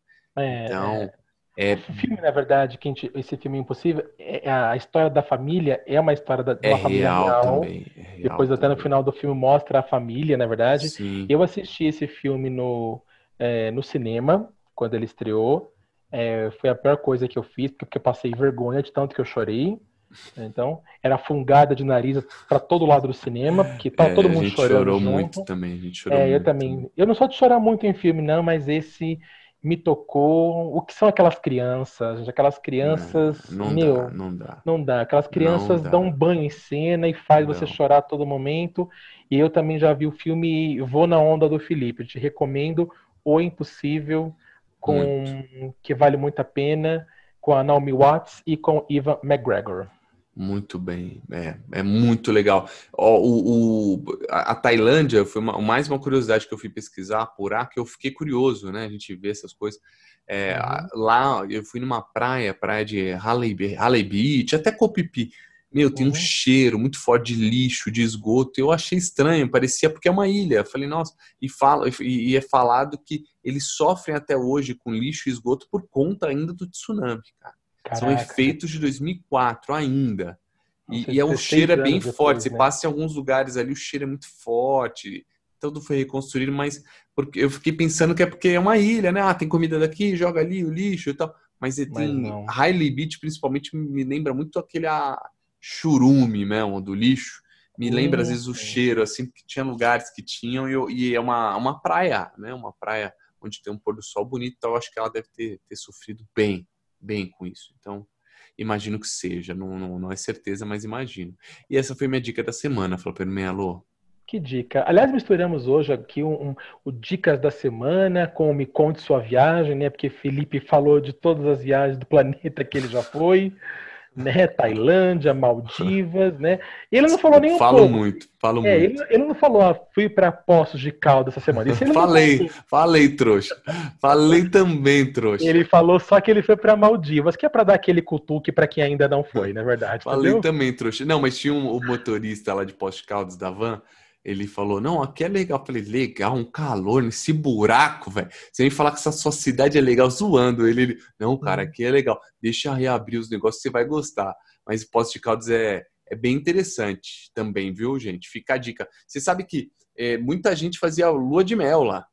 É, Então, é. O é, filme, na verdade, que a gente- esse filme Impossível, é, é a história da família é uma história da- de é uma família real real. também, é real Depois, até no também. final do filme, mostra a família, na verdade. Sim. Eu assisti esse filme no, é, no cinema, quando ele estreou. É, foi a pior coisa que eu fiz, porque eu passei vergonha de tanto que eu chorei. Então, era fungada de nariz para todo lado do cinema, porque tava todo É, a mundo gente chorando chorou muito junto. também, a gente chorou É, eu muito também. também. Eu não sou de chorar muito em filme, não, mas esse me tocou. O que são aquelas crianças? Gente? Aquelas crianças, É, não dá, meu, não dá, não dá. Aquelas não crianças dão um dá, banho em cena e faz você não. chorar a todo momento. E eu também já vi o filme Vou na Onda do Felipe. Eu te recomendo O Impossível, Muito, com que vale muito a pena, com a Naomi Watts e com Evan McGregor. muito bem. É, é muito legal. Ó, o, o- a, a Tailândia foi uma, mais uma curiosidade que eu fui pesquisar, apurar, que eu fiquei curioso, né? A gente vê essas coisas. É, a- Uhum. lá eu fui numa praia, praia de Halei, Halei Beach, até Copipi. Meu, tem um Uhum. cheiro muito forte de lixo, de esgoto. Eu achei estranho, parecia porque é uma ilha. Eu falei, nossa, e, fala, e, e é falado que eles sofrem até hoje com lixo e esgoto por conta ainda do tsunami, cara. São Caraca, efeitos de dois mil e quatro ainda. nossa, E, e é, o cheiro dezesseis é bem anos forte. depois, Você né? passa em alguns lugares ali, o cheiro é muito forte. Tudo foi reconstruído, mas porque eu fiquei pensando que é porque é uma ilha, né? Ah, tem comida daqui, joga ali o lixo e tal. Mas Mas tem não. Hailey Beach, principalmente, me lembra muito aquele ah, churume mesmo do lixo. Me lembra às Hum, vezes o cheiro, assim, porque tinha lugares que tinham e, eu- e é uma, uma praia, né? Uma praia onde tem um pôr do sol bonito. Então eu acho que ela deve ter, ter sofrido bem, bem com isso. Então imagino que seja, não, não, não é certeza, mas imagino. E essa foi minha dica da semana, Flávio Melo. que dica. Aliás, misturamos hoje aqui um, um, o Dicas da Semana com o Me Conte Sua Viagem, né? Porque Felipe falou de todas as viagens do planeta que ele já foi, né? Tailândia, Maldivas, né? E ele não falou nem um Falo pouco. muito, falo É, ele, muito. ele não falou, ah, fui para Poços de Caldas essa semana. Isso ele não Falei, contou. falei, trouxa. Falei também, trouxa. Ele falou só que ele foi para Maldivas, que é para dar aquele cutuque para quem ainda não foi, na verdade, Falei entendeu? também, trouxa. Não, mas tinha um, o motorista lá de Poste Caldas da van, ele falou, não, aqui é legal. Eu falei, legal, um calor nesse buraco, velho. Você vem falar que essa sua cidade é legal zoando. Ele, ele, não, cara, Hum. aqui é legal. Deixa reabrir os negócios, você vai gostar. Mas Poste Caldas é, é bem interessante também, viu, gente? Fica a dica. Você sabe que é, muita gente fazia lua de mel lá.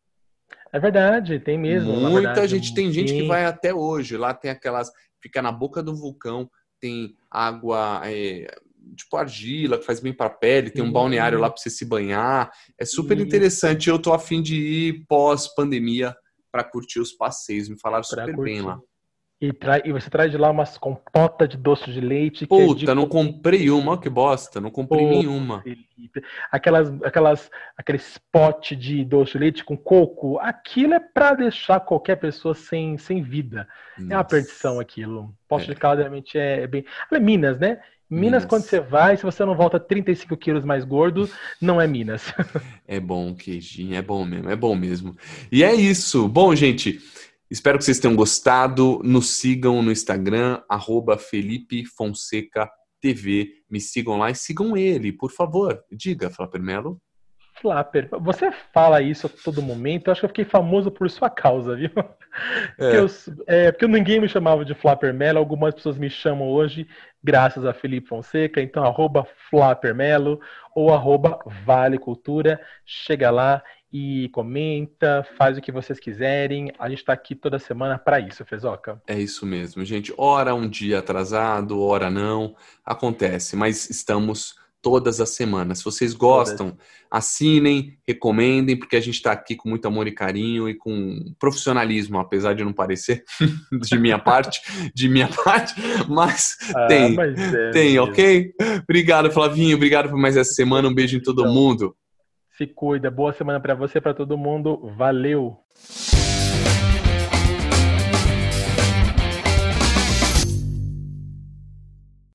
É verdade, tem mesmo, na Muita verdade. gente, tem gente que Sim, vai até hoje. Lá tem aquelas, fica na boca do vulcão, tem água, é, tipo argila, que faz bem para a pele, tem um balneário lá sim. para você se banhar. É super Isso, interessante. Eu tô a fim de ir pós-pandemia para curtir os passeios. Me falaram para super bem curtir. lá. E, tra... e você traz de lá umas compotas de doce de leite. Que Puta, é de... não comprei uma, olha que bosta, não comprei Pô, nenhuma. Felipe. Aquelas, aquelas, aqueles pote de doce de leite com coco, aquilo é pra deixar qualquer pessoa sem, sem vida. É uma perdição Nossa, aquilo. Poço de é, Caldas realmente é, é bem. Olha, Minas, né? Minas, quando você Minas. vai, se você não volta trinta e cinco quilos mais gordo, não é Minas. É bom o queijinho, é bom mesmo, é bom mesmo. E é isso. Bom, gente, espero que vocês tenham gostado. Nos sigam no Instagram, arroba Felipe Fonseca T V. Me sigam lá e sigam ele, por favor. Diga, Flapper Melo. Flapper, você fala isso a todo momento, eu acho que eu fiquei famoso por sua causa, viu? Porque, eu, É, é, porque ninguém me chamava de Flapper Melo, algumas pessoas me chamam hoje, graças a Felipe Fonseca, então arroba Flapper Melo ou arroba Vale Cultura, chega lá e comenta, faz o que vocês quiserem, a gente está aqui toda semana para isso, Fezoca. é isso mesmo, gente. Ora um dia atrasado, ora não, acontece, mas estamos todas as semanas. Se vocês Todas. gostam, assinem, recomendem, porque a gente está aqui com muito amor e carinho e com profissionalismo, apesar de não parecer, de minha parte, de minha parte, mas Ah, tem, mas é tem, mesmo. ok? Obrigado, Flavinho, obrigado por mais essa semana, um beijo em todo Então, mundo. se cuida, boa semana para você, para todo mundo, valeu!